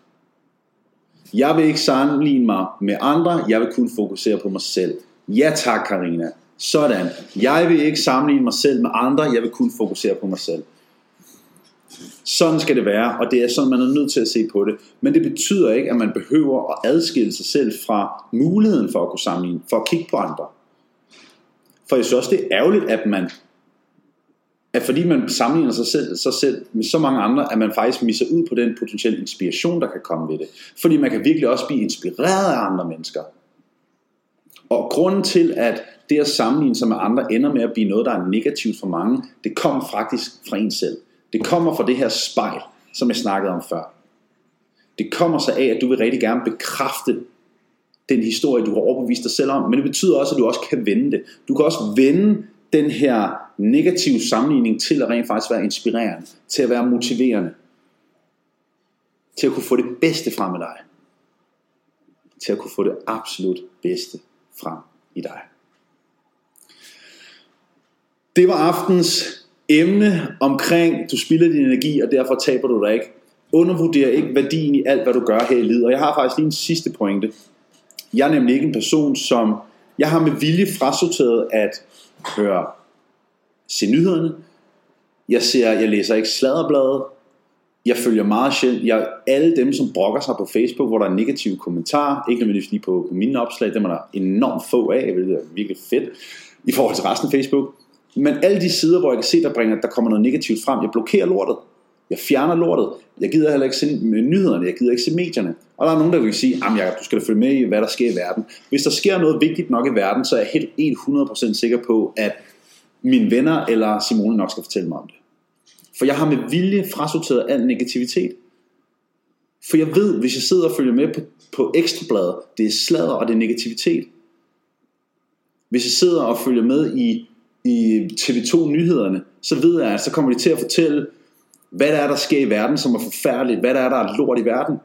Jeg vil ikke sammenligne mig med andre, jeg vil kun fokusere på mig selv. Ja tak, Karina. Sådan. Jeg vil ikke sammenligne mig selv med andre, jeg vil kun fokusere på mig selv. Sådan skal det være, og det er sådan, man er nødt til at se på det. Men det betyder ikke, at man behøver at adskille sig selv fra muligheden for at kunne sammenligne, for at kigge på andre. For jeg synes også, det er ærgerligt, at fordi man sammenligner sig selv med så mange andre, at man faktisk misser ud på den potentielle inspiration, der kan komme ved det. Fordi man kan virkelig også blive inspireret af andre mennesker. Og grunden til, at det at sammenligne sig med andre ender med at blive noget, der er negativt for mange, det kommer faktisk fra en selv. Det kommer fra det her spejl, som jeg snakkede om før. Det kommer så af, at du vil rigtig gerne bekræfte den historie, du har overbevist dig selv om, men det betyder også, at du også kan vende det. Du kan også vende den her negative sammenligning til at rent faktisk være inspirerende, til at være motiverende, til at kunne få det bedste frem i dig, til at kunne få det absolut bedste frem i dig. Det var aftens emne omkring, du spilder din energi, og derfor taber du dig ikke. Undervurder ikke værdien i alt, hvad du gør her i livet. Og jeg har faktisk lige en sidste pointe. Jeg er nemlig ikke en person, som jeg har med vilje frasorteret at se nyhederne. Jeg læser ikke sladderblade. Jeg følger meget sjældent. Alle dem, som brokker sig på Facebook, hvor der er negative kommentarer, ikke nødvendigvis lige på mine opslag, dem er der enormt få af, hvilket er virkelig fedt i forhold til resten af Facebook. Men alle de sider, hvor jeg kan se, der kommer noget negativt frem, jeg blokerer lortet. Jeg fjerner lortet. Jeg gider heller ikke se nyhederne, jeg gider ikke se medierne. Og der er nogen, der vil sige, du skal da følge med i, hvad der sker i verden. Hvis der sker noget vigtigt nok i verden, så er jeg helt 100% sikker på, at mine venner eller Simone nok skal fortælle mig om det. For jeg har med vilje frasorteret al negativitet. For jeg ved, hvis jeg sidder og følger med på Ekstrabladet, det er sladder og det er negativitet. Hvis jeg sidder og følger med i TV2 nyhederne, så ved jeg, at så kommer de til at fortælle, hvad der er, der sker i verden, som er forfærdeligt, hvad der er lort i verden.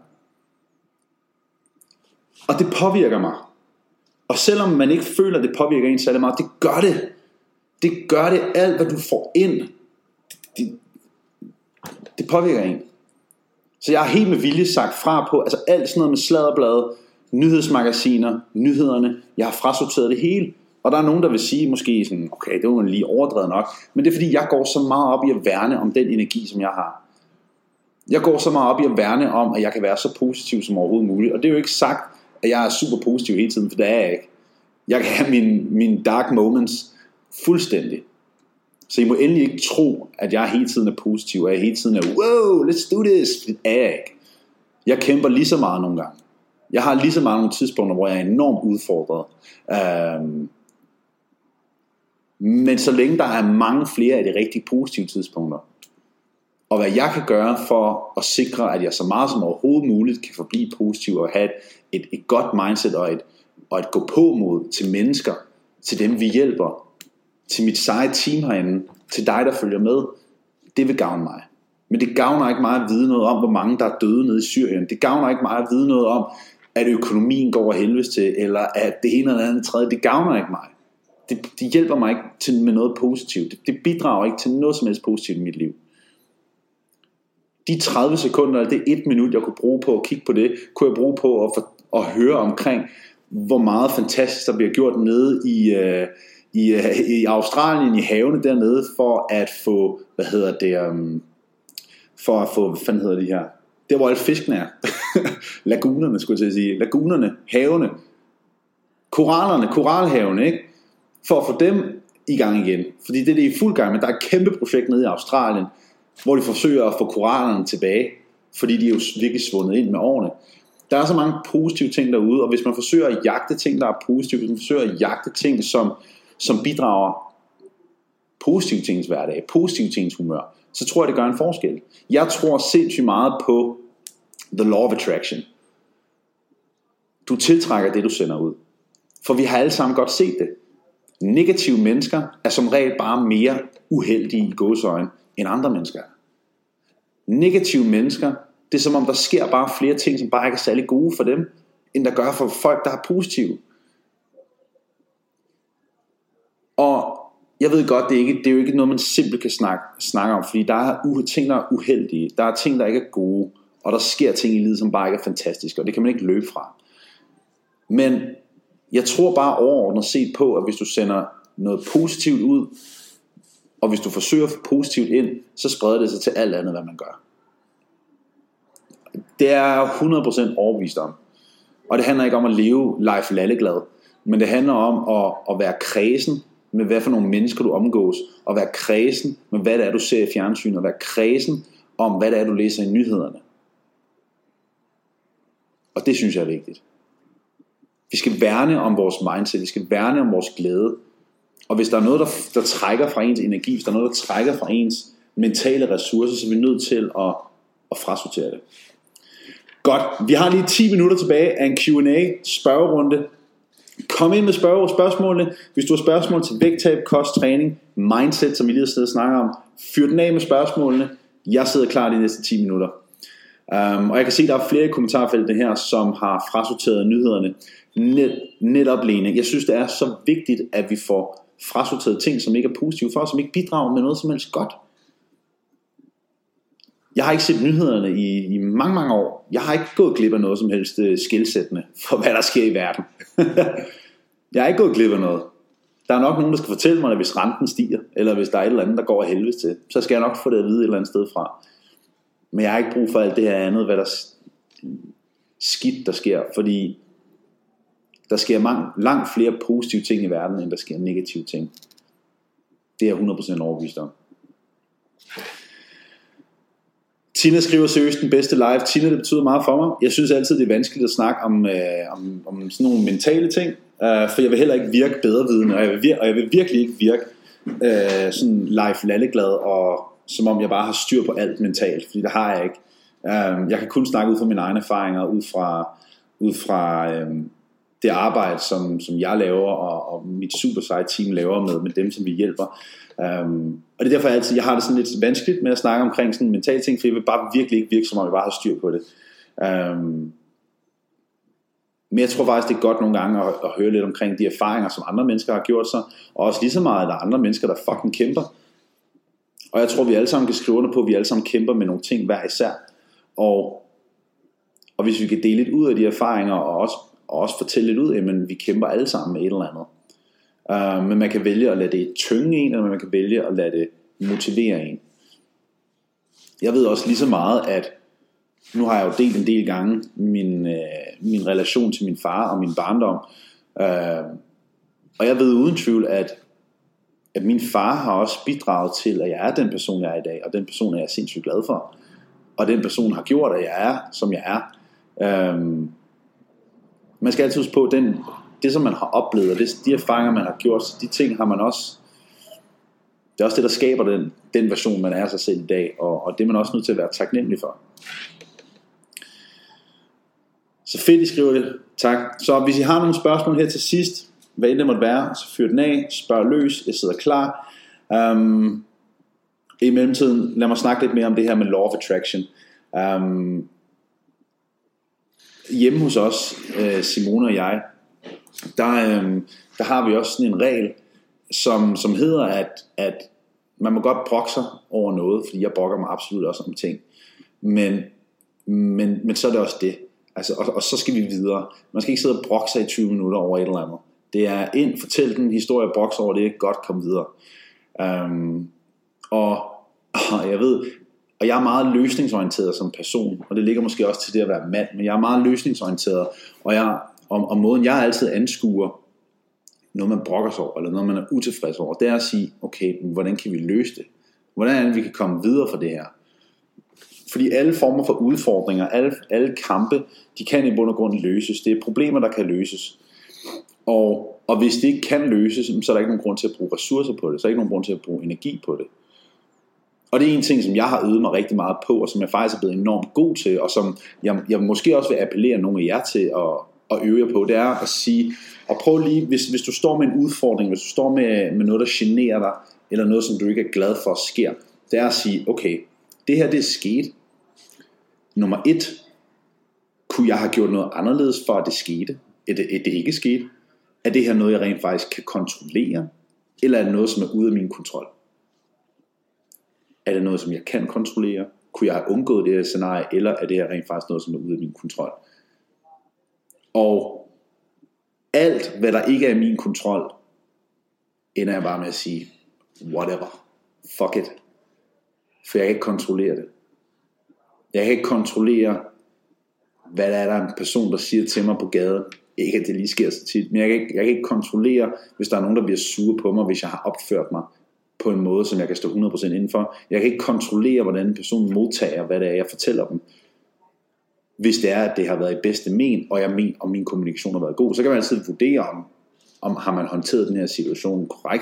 Og det påvirker mig. Og selvom man ikke føler, at det påvirker en særlig meget, det gør det. Det gør det. Alt, hvad du får ind, det påvirker en. Så jeg har helt med vilje sagt fra på, altså alt sådan noget med sladderblade, nyhedsmagasiner, nyhederne, jeg har frasorteret det hele. Og der er nogen, der vil sige måske sådan, okay, det var lige overdrevet nok, men det er fordi, jeg går så meget op i at værne om den energi, som jeg har. Jeg går så meget op i at værne om, at jeg kan være så positiv som overhovedet muligt. Og det er jo ikke sagt, at jeg er super positiv hele tiden, for det er jeg ikke. Jeg kan have mine dark moments fuldstændig. Så I må endelig ikke tro, at jeg hele tiden er positiv, og jeg hele tiden er, wow, let's do this. Det er jeg ikke. Jeg kæmper lige så meget nogle gange. Jeg har lige så meget nogle tidspunkter, hvor jeg er enormt udfordret. Men så længe der er mange flere af de rigtig positive tidspunkter, og hvad jeg kan gøre for at sikre, at jeg så meget som overhovedet muligt kan forblive positiv og have et godt mindset og et gå på mod til mennesker, til dem vi hjælper, til mit seje team herinde, til dig der følger med, det vil gavne mig. Men det gavner ikke mig at vide noget om, hvor mange der er døde nede i Syrien. Det gavner ikke mig at vide noget om, at økonomien går af helvedes til, eller at det ene eller andet tredje. Det gavner ikke mig. Det hjælper mig ikke med noget positivt. Det bidrager ikke til noget som helst positivt i mit liv. De 30 sekunder, eller det 1 minut, jeg kunne bruge på at kigge på det, kunne jeg bruge på at høre omkring, hvor meget fantastisk der bliver gjort nede i Australien, i havene dernede, for at få, hvad hedder de her? Der hvor alle fiskene er. Lagunerne, skulle jeg til at sige. Lagunerne, havene. Koralhavene, ikke? For at få dem i gang igen. Fordi det er i fuld gang, men der er et kæmpe projekt nede i Australien, hvor de forsøger at få korallerne tilbage, fordi de er jo virkelig svundet ind med årene. Der er så mange positive ting derude, og hvis man forsøger at jagte ting, der er positive, hvis man forsøger at jagte ting, som bidrager positivt til ens hverdag, positivt til ens humør, så tror jeg, det gør en forskel. Jeg tror sindssygt meget på the law of attraction. Du tiltrækker det, du sender ud. For vi har alle sammen godt set det. Negative mennesker er som regel bare mere uheldige i gåseøjne, end andre mennesker er. Negative mennesker, det er som om der sker bare flere ting, som bare ikke er særlig gode for dem, end der gør for folk, der er positive. Og jeg ved godt, det er jo ikke noget, man simpelt kan snakke om, fordi der er ting, der er uheldige, der er ting, der ikke er gode, og der sker ting i livet, som bare ikke er fantastiske, og det kan man ikke løbe fra. Men jeg tror bare overordnet set på, at hvis du sender noget positivt ud, og hvis du forsøger at få positivt ind, så spreder det sig til alt andet, hvad man gør. Det er jeg 100% overbevist om. Og det handler ikke om at leve life lalleglad, men det handler om at være kredsen med hvad for nogle mennesker du omgås, og være kredsen med hvad det er du ser i fjernsynet, og være kredsen om hvad det er du læser i nyhederne. Og det synes jeg er vigtigt. Vi skal værne om vores mindset, vi skal værne om vores glæde. Og hvis der er noget der trækker fra ens energi, hvis der er noget der trækker fra ens mentale ressourcer, så er vi nødt til at frasortere det. Godt, vi har lige 10 minutter tilbage af en Q&A spørgerunde. Kom ind med spørgsmålene. Hvis du har spørgsmål til vægttab, kost, træning, mindset, som vi lige har siddet og snakket om, fyr den af med spørgsmålene. Jeg sidder klar de næste 10 minutter. Og jeg kan se, at der er flere i kommentarfeltet her, som har frasorteret nyhederne. Netop Lene. Jeg synes, det er så vigtigt, at vi får frasorteret ting, som ikke er positive for os, som ikke bidrager med noget som helst godt. Jeg har ikke set nyhederne i mange, mange år. Jeg har ikke gået glip af noget som helst skelsættende for, hvad der sker i verden. Jeg har ikke gået glip af noget. Der er nok nogen, der skal fortælle mig, at hvis renten stiger, eller hvis der er et eller andet, der går af helvede til, så skal jeg nok få det at vide et eller andet sted fra. Men jeg har ikke brug for alt det her andet, hvad der skidt, der sker. Fordi der sker langt flere positive ting i verden, end der sker negative ting. Det er jeg 100% overbevist om. Tina skriver seriøst den bedste live. Tina, det betyder meget for mig. Jeg synes altid, det er vanskeligt at snakke om sådan nogle mentale ting, for jeg vil heller ikke virke bedrevidende, og jeg vil virkelig ikke virke sådan live lalleglad, og som om jeg bare har styr på alt mentalt, fordi det har jeg ikke. Jeg kan kun snakke ud fra mine egne erfaringer, ud fra det arbejde, som jeg laver, og mit super seje team laver med dem, som vi hjælper. Og det er derfor jeg har det sådan lidt vanskeligt med at snakke omkring sådan mentale ting, for jeg vil bare virkelig ikke virke, som om jeg bare har styr på det. Men jeg tror faktisk, det er godt nogle gange at høre lidt omkring de erfaringer, som andre mennesker har gjort sig, og også lige så meget, at der er andre mennesker, der fucking kæmper. Og jeg tror, vi alle sammen kan skrive under på, at vi alle sammen kæmper med nogle ting hver især. Og hvis vi kan dele lidt ud af de erfaringer, og også fortælle lidt ud, jamen vi kæmper alle sammen med et eller andet. Men man kan vælge at lade det tynge en, eller man kan vælge at lade det motivere en. Jeg ved også lige så meget, at nu har jeg jo delt en del gange min relation til min far og min barndom. Og jeg ved uden tvivl, at min far har også bidraget til, at jeg er den person, jeg er i dag, og den person er jeg sindssygt glad for. Og den person har gjort, at jeg er, som jeg er. Man skal altid huske på, det som man har oplevet, og de erfaringer man har gjort, de ting har man også. Det er også det der skaber den version man er af sig selv i dag, og det er man også nødt til at være taknemmelig for. Så fedt I skriver det. Tak. Så hvis I har nogle spørgsmål her til sidst, hvad end det måtte være, så fyr den af, spørg løs, jeg sidder klar. I mellemtiden lad mig snakke lidt mere om det her med law of attraction. Hjemme hos os, Simone og jeg, der har vi også sådan en regel, som hedder, at man må godt brokke sig over noget, fordi jeg brokker mig absolut også om ting. Men så er det også det. Altså, og så skal vi videre. Man skal ikke sidde og brokke sig i 20 minutter over et eller andet. Det er fortæl den historie, brokke over det, godt komme videre. Og jeg ved, og jeg er meget løsningsorienteret som person, og det ligger måske også til det at være mand, men jeg er meget løsningsorienteret, og måden jeg altid anskuer noget man brokker sig over, eller noget man er utilfreds over, det er at sige, okay, hvordan kan vi løse det? Hvordan er det, vi kan komme videre fra det her? Fordi alle former for udfordringer, alle kampe, de kan i bund og grund løses. Det er problemer, der kan løses. Og hvis det ikke kan løses, så er der ikke nogen grund til at bruge ressourcer på det. Så er der ikke nogen grund til at bruge energi på det. Og det er en ting, som jeg har øvet mig rigtig meget på, og som jeg faktisk er blevet enormt god til, og som jeg måske også vil appellere nogle af jer til at øve jer på. Det er at sige, og prøv lige, hvis du står med en udfordring, hvis du står med noget, der generer dig, eller noget, som du ikke er glad for sker, det er at sige, okay, det her det er sket. Nummer 1, kunne jeg have gjort noget anderledes for at det skete? Er det ikke sket? Er det her noget jeg rent faktisk kan kontrollere? Eller er det noget som er ude af min kontrol? Er det noget som jeg kan kontrollere? Kunne jeg have undgået det her scenarie? Eller er det her rent faktisk noget som er ude af min kontrol? Og alt hvad der ikke er i min kontrol, ender jeg bare med at sige, whatever, fuck it. For jeg kan ikke kontrollere det. Jeg kan ikke kontrollere, hvad der er en person, der siger til mig på gaden. Ikke at det lige sker så tit, men jeg kan ikke kontrollere, hvis der er nogen, der bliver sure på mig, hvis jeg har opført mig på en måde, som jeg kan stå 100% indenfor. Jeg kan ikke kontrollere, hvordan en person modtager, hvad det er, jeg fortæller dem. Hvis det er, at det har været i bedste men, og min kommunikation har været god, så kan man altid vurdere, om har man håndteret den her situation korrekt.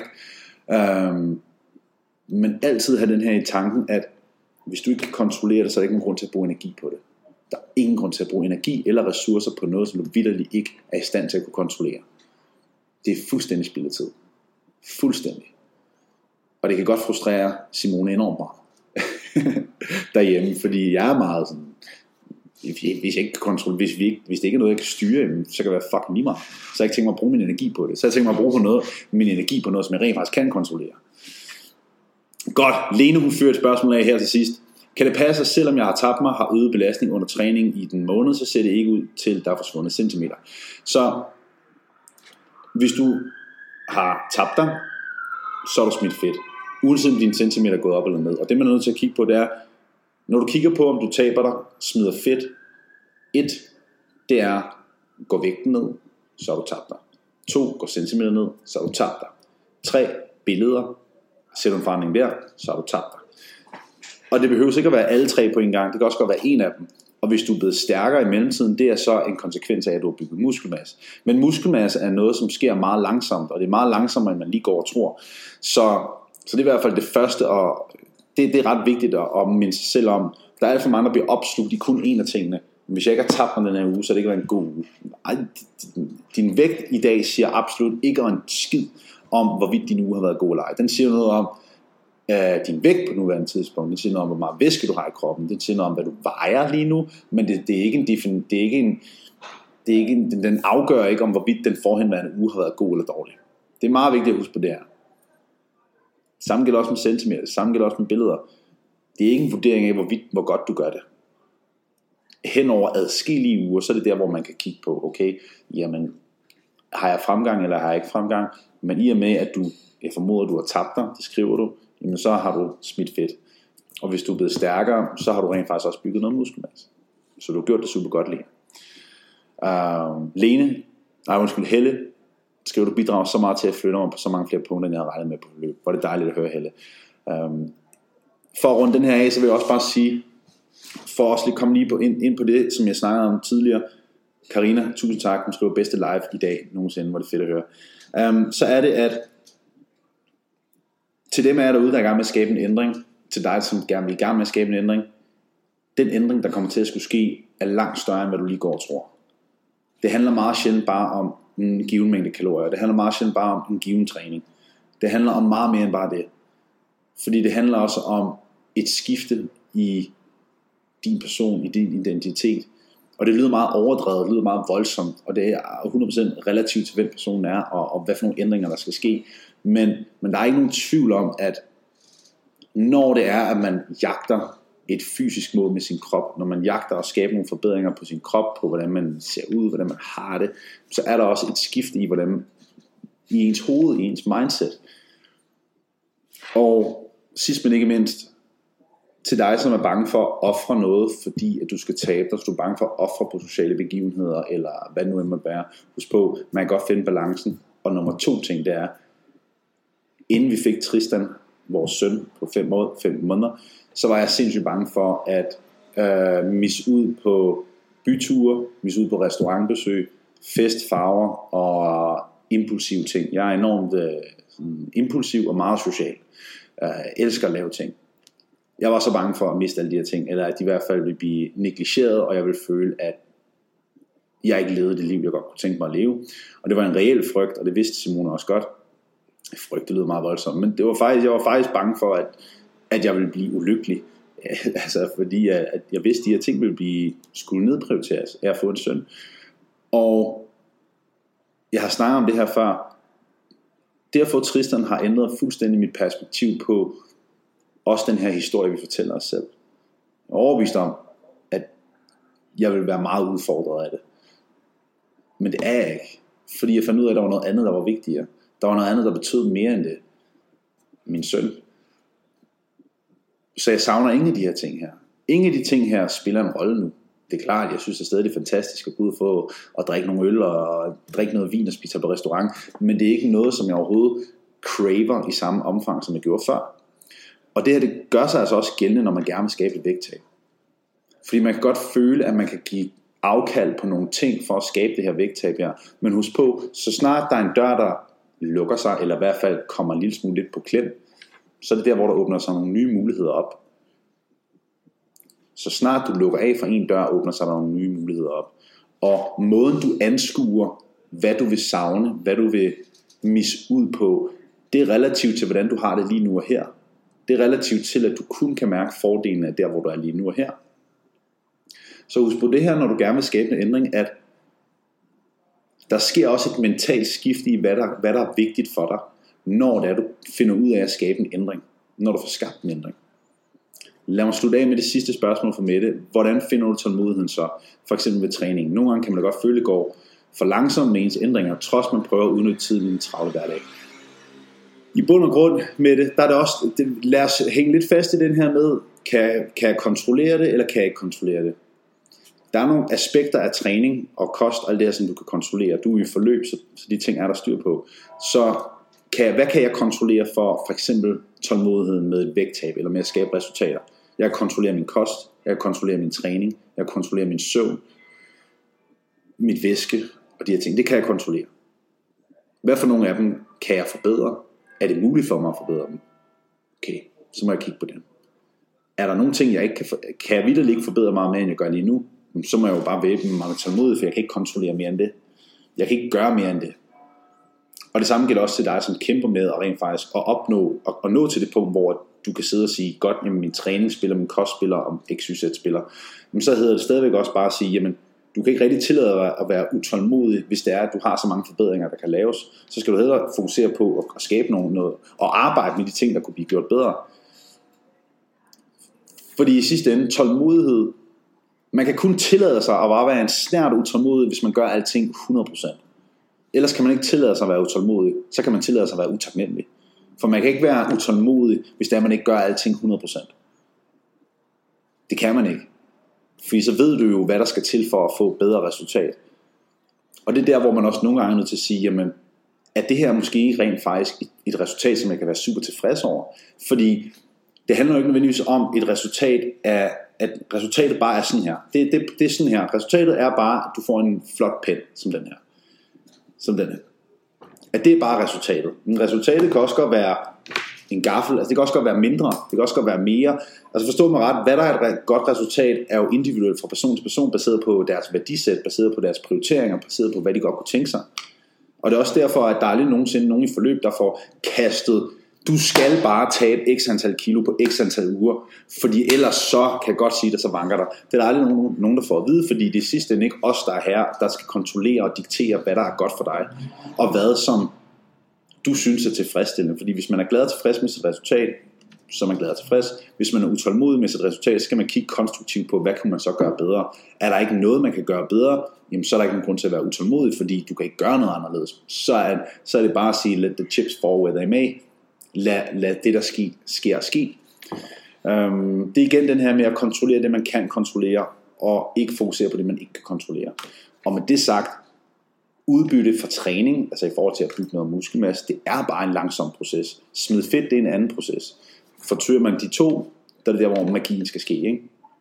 Men altid have den her i tanken, at hvis du ikke kan kontrollere det, så er der ikke nogen grund til at bruge energi på det. Der er ingen grund til at bruge energi eller ressourcer på noget, som du vitterligt ikke er i stand til at kunne kontrollere. Det er fuldstændig spild af tid. Fuldstændig. Og det kan godt frustrere Simone enormt meget derhjemme, fordi jeg er meget sådan, hvis jeg ikke kan kontrollere, hvis det ikke er noget, jeg kan styre, så kan det være fucking lige meget. Så har jeg ikke tænkt mig at bruge min energi på det. Så har jeg tænkt mig at bruge min energi på noget, som jeg rent faktisk kan kontrollere. Godt, Lene hun fører et spørgsmål af her til sidst. Kan det passe, at selvom jeg har tabt mig, har øget belastning under træning i den måned, så ser det ikke ud til, at der er forsvundet centimeter. Så hvis du har tabt dig, så er du smidt fedt. Uanset om dine centimeter er gået op eller ned. Og det man er nødt til at kigge på, det er, når du kigger på, om du taber dig, smider fedt. 1, det er, går vægten ned, så er du tabt dig. 2, går centimeter ned, så er du tabt dig. 3, billeder, ser du en forandring der, så er du tabt dig. Og det behøver ikke at være alle 3 på en gang, det kan også godt være en af dem. Og hvis du er blevet stærkere i mellemtiden, det er så en konsekvens af, at du har bygget muskelmasse. Men muskelmasse er noget, som sker meget langsomt, og det er meget langsommere, end man lige går og tror. Så det er i hvert fald det første, og det er ret vigtigt at minde sig selv om. Der er alt for mange, der bliver opslugt i kun en af tingene. Hvis jeg ikke har tabt mig den her uge, så er det ikke været en god uge. Din vægt i dag siger absolut ikke en skid om, hvorvidt din uge har været god eller ej. Den siger noget om din vægt på nuværende tidspunkt. Den siger noget om, hvor meget væske du har i kroppen. Den siger noget om, hvad du vejer lige nu. Men den afgør ikke om, hvorvidt den forhenværende uge har været god eller dårlig. Det er meget vigtigt at huske på det her. Samme gælder også med centimeter. Samme gælder også med billeder. Det er ikke en vurdering af, hvor godt du gør det. Hen over adskillige uger, så er det der, hvor man kan kigge på, okay, jamen, har jeg fremgang, eller har jeg ikke fremgang? Men i og med, at jeg formoder, at du har tabt dig, det skriver du, jamen så har du smidt fedt. Og hvis du er blevet stærkere, så har du rent faktisk også bygget noget muskelmasse. Så du har gjort det super godt lige. Helle, skriver du bidrager så meget til at flytte over på så mange flere punkter, end jeg havde regnet med på løb. Hvor er det dejligt at høre, Helle. For at runde den her af, så vil jeg også bare sige, for også lige komme ind på det, som jeg snakkede om tidligere. Karina, tusind tak, hun skriver bedste live i dag nogensinde, hvor det er fedt at høre. Så er det, at til dem af jer derude, der er i gang med at skabe en ændring, til dig, som gerne vil i gang med at skabe en ændring, den ændring, der kommer til at skulle ske, er langt større, end hvad du lige går og tror. Det handler meget sjældent bare om en given mængde kalorier. Det handler meget sjældent bare om en given træning. Det handler om meget mere end bare det. Fordi det handler også om et skifte i din person, i din identitet. Og det lyder meget overdrevet, det lyder meget voldsomt, og det er 100% relativt til, hvem personen er, og hvad for nogle ændringer, der skal ske. Men der er ikke nogen tvivl om, at når det er, at man jagter et fysisk mål med sin krop, når man jagter at skabe nogle forbedringer på sin krop, på hvordan man ser ud, hvordan man har det, så er der også et skift i, hvordan i ens hoved, i ens mindset. Og sidst men ikke mindst, til dig, som er bange for at ofre noget, fordi at du skal tabe dig, så du er bange for at ofre på sociale begivenheder, eller hvad nu end måtte være. Husk på, man kan godt finde balancen. Og nummer 2 ting, det er, inden vi fik Tristan, vores søn, på 5 måneder, så var jeg sindssygt bange for at misse ud på byture, misse ud på restaurantbesøg, festfarver og impulsive ting. Jeg er enormt impulsiv og meget social. Elsker at lave ting. Jeg var så bange for at miste alle de her ting, eller at de i hvert fald ville blive negligeret, og jeg ville føle, at jeg ikke levede det liv, jeg godt kunne tænke mig at leve. Og det var en reel frygt, og det vidste Simone også godt. Frygt, det lød meget voldsomt, men jeg var faktisk bange for, at jeg ville blive ulykkelig. Altså fordi at jeg vidste, at de her ting ville skulle nedprioriteres af at få en søn. Og jeg har snakket om det her før. Det at få Tristan har ændret fuldstændig mit perspektiv på også den her historie, vi fortæller os selv. Jeg er overbevist om, at jeg vil være meget udfordret af det. Men det er jeg ikke. Fordi jeg fandt ud af, at der var noget andet, der var vigtigere. Der var noget andet, der betød mere end det. Min søn. Så jeg savner ingen af de her ting her. Ingen af de ting her spiller en rolle nu. Det er klart, jeg synes at stadig det er fantastisk at gå ud og få og drikke nogle øl og drikke noget vin og spise på restaurant. Men det er ikke noget, som jeg overhovedet craver i samme omfang, som jeg gjorde før. Og det her, det gør sig altså også gældende, når man gerne vil skabe et vægttab. Fordi man kan godt føle, at man kan give afkald på nogle ting for at skabe det her vægttab her. Men husk på, så snart der er en dør, der lukker sig, eller i hvert fald kommer en lille smule lidt på klem, så er det der, hvor der åbner sig nogle nye muligheder op. Så snart du lukker af fra en dør, åbner sig der nogle nye muligheder op. Og måden du anskuer, hvad du vil savne, hvad du vil misse ud på, det er relativt til, hvordan du har det lige nu og her. Det er relativt til, at du kun kan mærke fordelen af der, hvor du er lige nu og her. Så husk på det her, når du gerne vil skabe en ændring, at der sker også et mentalt skift i, hvad der er vigtigt for dig, når det er, du finder ud af at skabe en ændring. Når du får skabt en ændring. Lad mig slutte af med det sidste spørgsmål fra Mette. Hvordan finder du tålmodigheden så? For eksempel ved træning. Nogle gange kan man da godt føle, at det går for langsomt med ens ændringer, trods man prøver at udnytte tiden i en travle hverdag. I bund og grund med det, der er det også, lad os hænge lidt fast i den her med, kan jeg kontrollere det, eller kan jeg ikke kontrollere det? Der er nogle aspekter af træning og kost, og alt det her, som du kan kontrollere. Du er i forløb, så de ting er der styr på. Så hvad kan jeg kontrollere for eksempel tålmodigheden med et vægttab, eller med at skabe resultater? Jeg kan kontrollere min kost, jeg kan kontrollere min træning, jeg kan kontrollere min søvn, mit væske og de her ting. Det kan jeg kontrollere. Hvad for nogle af dem kan jeg forbedre? Er det muligt for mig at forbedre dem? Okay, så må jeg kigge på dem. Er der nogle ting, jeg ikke kan jeg vitterligt ikke forbedre meget mere, end jeg gør lige nu? Så må jeg jo bare væbne mig med tålmodighed, for jeg kan ikke kontrollere mere end det. Jeg kan ikke gøre mere end det. Og det samme gælder også til dig, som kæmper med at rent faktisk at opnå og nå til det punkt, hvor du kan sidde og sige, godt, jamen, min træning spiller, min kost spiller, og XYZ spiller. Men så hedder det stadigvæk også bare at sige, jamen, du kan ikke rigtig tillade dig at være utålmodig, hvis det er, at du har så mange forbedringer, der kan laves. Så skal du hellere fokusere på at skabe noget og arbejde med de ting, der kunne blive gjort bedre. Fordi i sidste ende, tålmodighed, man kan kun tillade sig at bare være en snært utålmodig, hvis man gør alting 100%. Ellers kan man ikke tillade sig at være utålmodig, så kan man tillade sig at være utaknemmelig. For man kan ikke være utålmodig, hvis det er, man ikke gør alting 100%. Det kan man ikke. Fordi så ved du jo, hvad der skal til for at få bedre resultat. Og det er der, hvor man også nogle gange er nødt til at sige, jamen, er det her måske rent faktisk et resultat, som jeg kan være super tilfreds over? Fordi det handler jo ikke nødvendigvis om et resultat af, at resultatet bare er sådan her. Det er sådan her. Resultatet er bare, at du får en flot pen, som den her. Som den her. At det er bare resultatet. Men resultatet kan også godt være en gaffel, altså det kan også godt være mindre, det kan også godt være mere. Altså forstå mig ret, hvad der er et godt resultat, er jo individuelt fra person til person, baseret på deres værdisæt, baseret på deres prioriteringer, baseret på hvad de godt kunne tænke sig. Og det er også derfor, at der er aldrig nogensinde nogen i forløb, der får kastet, du skal bare tabe x antal kilo på x antal uger, fordi ellers så kan jeg godt sige det, så vanker der. Det er der aldrig nogen, der får at vide, fordi det er sidst ende ikke os, der er her, der skal kontrollere og diktere, hvad der er godt for dig, og hvad som du synes er tilfredsstillende. Fordi hvis man er glad og tilfreds med sit resultat, så er man glad og tilfreds. Hvis man er utålmodig med sit resultat, så skal man kigge konstruktivt på, hvad kan man så gøre bedre. Er der ikke noget, man kan gøre bedre, jamen så er der ikke nogen grund til at være utålmodig, fordi du kan ikke gøre noget anderledes. Så er det bare at sige, let the chips fall where they may. Lad det, der sker, ske. Det er igen den her med at kontrollere det, man kan kontrollere, og ikke fokusere på det, man ikke kan kontrollere. Og med det sagt, udbytte for træning, altså i forhold til at bygge noget muskelmasse, det er bare en langsom proces. Smid fedt, det er en anden proces. Fortryder man de to, der er det der, hvor magien skal ske. Ikke?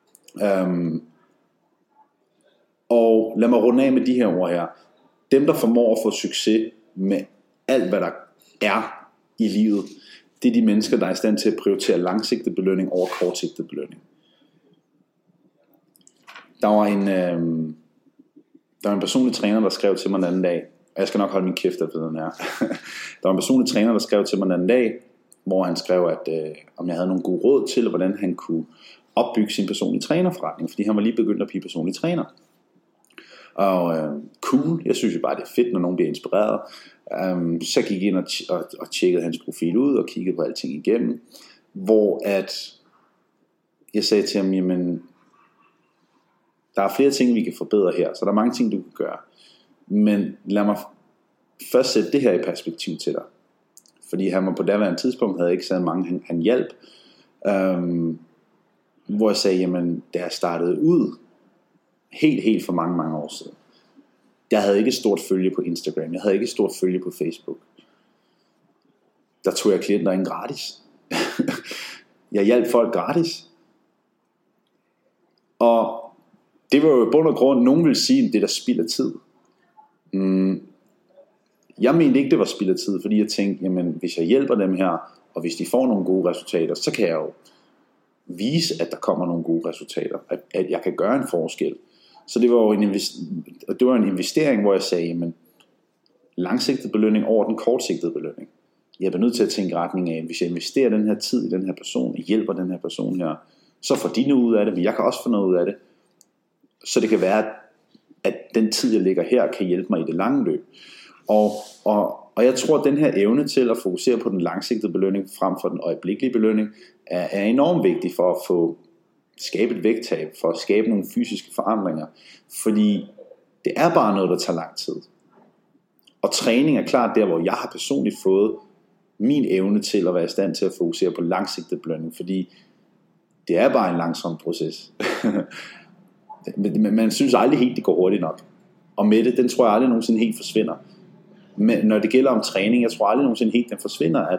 Og lad mig runde af med de her ord her. Dem, der formår at få succes med alt, hvad der er i livet, det er de mennesker, der er i stand til at prioritere langsigtet belønning over kortsigtet belønning. Der var en personlig træner, der skrev til mig den anden dag, og jeg skal nok holde min kæft efter den her. Der var en personlig træner, der skrev til mig den anden dag, hvor han skrev, at om jeg havde nogle gode råd til, hvordan han kunne opbygge sin personlige trænerforretning, fordi han var lige begyndt at blive personlig træner. Og cool, jeg synes jo bare, det er fedt, når nogen bliver inspireret. Så gik jeg ind og tjekkede hans profil ud, og kiggede på alting igennem, hvor at jeg sagde til ham, jamen, der er flere ting, vi kan forbedre her, så der er mange ting, du kan gøre. Men lad mig først sætte det her i perspektiv til dig. Fordi han var på daværende tidspunkt, havde ikke så mange, han hjalp. Hvor jeg sagde, jamen, da jeg startede ud, helt for mange år siden, jeg havde ikke et stort følge på Instagram, jeg havde ikke et stort følge på Facebook. Der tog jeg klienter ind gratis. Jeg hjalp folk gratis. Og det var jo i bund og grund, nogen ville sige, at det der spild af tid. Jeg mente ikke, det var spild af tid, fordi jeg tænkte, jamen, hvis jeg hjælper dem her, og hvis de får nogle gode resultater, så kan jeg jo vise, at der kommer nogle gode resultater, at jeg kan gøre en forskel. Så det var jo en investering, hvor jeg sagde, jamen, langsigtet belønning over den kortsigtede belønning. Jeg er nødt til at tænke i retning af, hvis jeg investerer den her tid i den her person, og hjælper den her person her, så får de noget ud af det, men jeg kan også få noget ud af det. Så det kan være, at den tid, jeg lægger her, kan hjælpe mig i det lange løb. Og jeg tror, at den her evne til at fokusere på den langsigtede belønning frem for den øjeblikkelige belønning, er enormt vigtig for at få skabe et vægttab, for at skabe nogle fysiske forandringer. Fordi det er bare noget, der tager lang tid. Og træning er klart der, hvor jeg har personligt fået min evne til at være i stand til at fokusere på langsigtet belønning, fordi det er bare en langsom proces. Man synes aldrig helt, det går hurtigt nok. Og med det, den tror jeg aldrig nogensinde helt forsvinder. Men når det gælder om træning, jeg tror aldrig nogensinde helt, den forsvinder,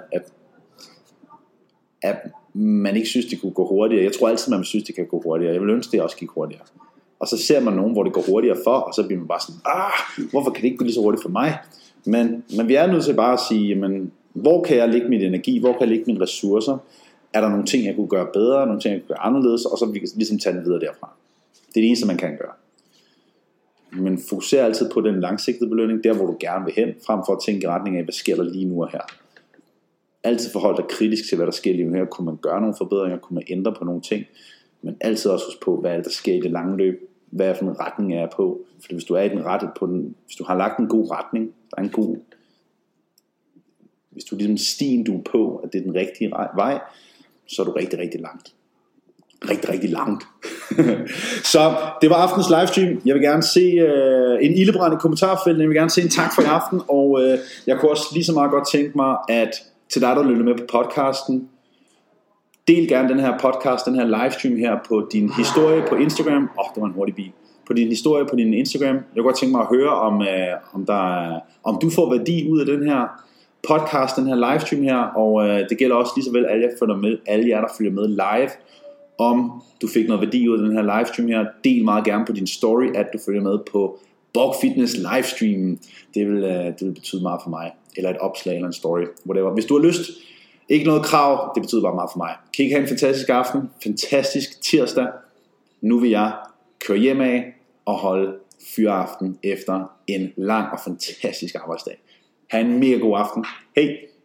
at man ikke synes, det kunne gå hurtigere. Jeg tror altid, man synes, det kan gå hurtigere. Jeg vil ønske, det også gik hurtigere. Og så ser man nogen, hvor det går hurtigere for, og så bliver man bare sådan, hvorfor kan det ikke gå lige så hurtigt for mig? Men vi er nødt til bare at sige, jamen, hvor kan jeg lægge min energi, hvor kan jeg lægge mine ressourcer? Er der nogle ting, jeg kunne gøre bedre, nogle ting, jeg kunne gøre anderledes, og så vi kan ligesom tage den videre derfra. Det er det eneste, man kan gøre. Men fokuser altid på den langsigtede belønning, der hvor du gerne vil hen, frem for at tænke i retning af, hvad sker der lige nu og her. Altid forhold dig kritisk til, hvad der sker lige nu her. Kunne man gøre nogle forbedringer, kunne man ændre på nogle ting, men altid også huske på, hvad er det, der sker i det lange løb, hvad er for en retning er jeg på. For hvis du er i den rette på den, hvis du har lagt en god retning, der er en god, hvis du ligesom stien du er på, at det er den rigtige vej, så er du rigtig, rigtig langt. Rigtig langt. Så det var aftens livestream. Jeg vil gerne se en ildebrand i kommentarfeltet. Jeg vil gerne se en tak for i aften. Og jeg kunne også lige så meget godt tænke mig, at til dig, der lytter med på podcasten, del gerne den her podcast, den her livestream her på din historie på Instagram. Det var en hurtig bil. På din historie på din Instagram. Jeg kunne godt tænke mig at høre, om du får værdi ud af den her podcast, den her livestream her. Og det gælder også lige så vel alle jer, der følger med live. Om du fik noget værdi ud af den her livestream her, del meget gerne på din story, at du følger med på Borg Fitness livestream. Det vil betyde meget for mig. Eller et opslag eller en story, whatever. Hvis du har lyst, ikke noget krav, det betyder bare meget for mig. Kan I have en fantastisk aften, fantastisk tirsdag. Nu vil jeg køre hjem af og holde fyraften efter en lang og fantastisk arbejdsdag. Ha' en mega god aften. Hej!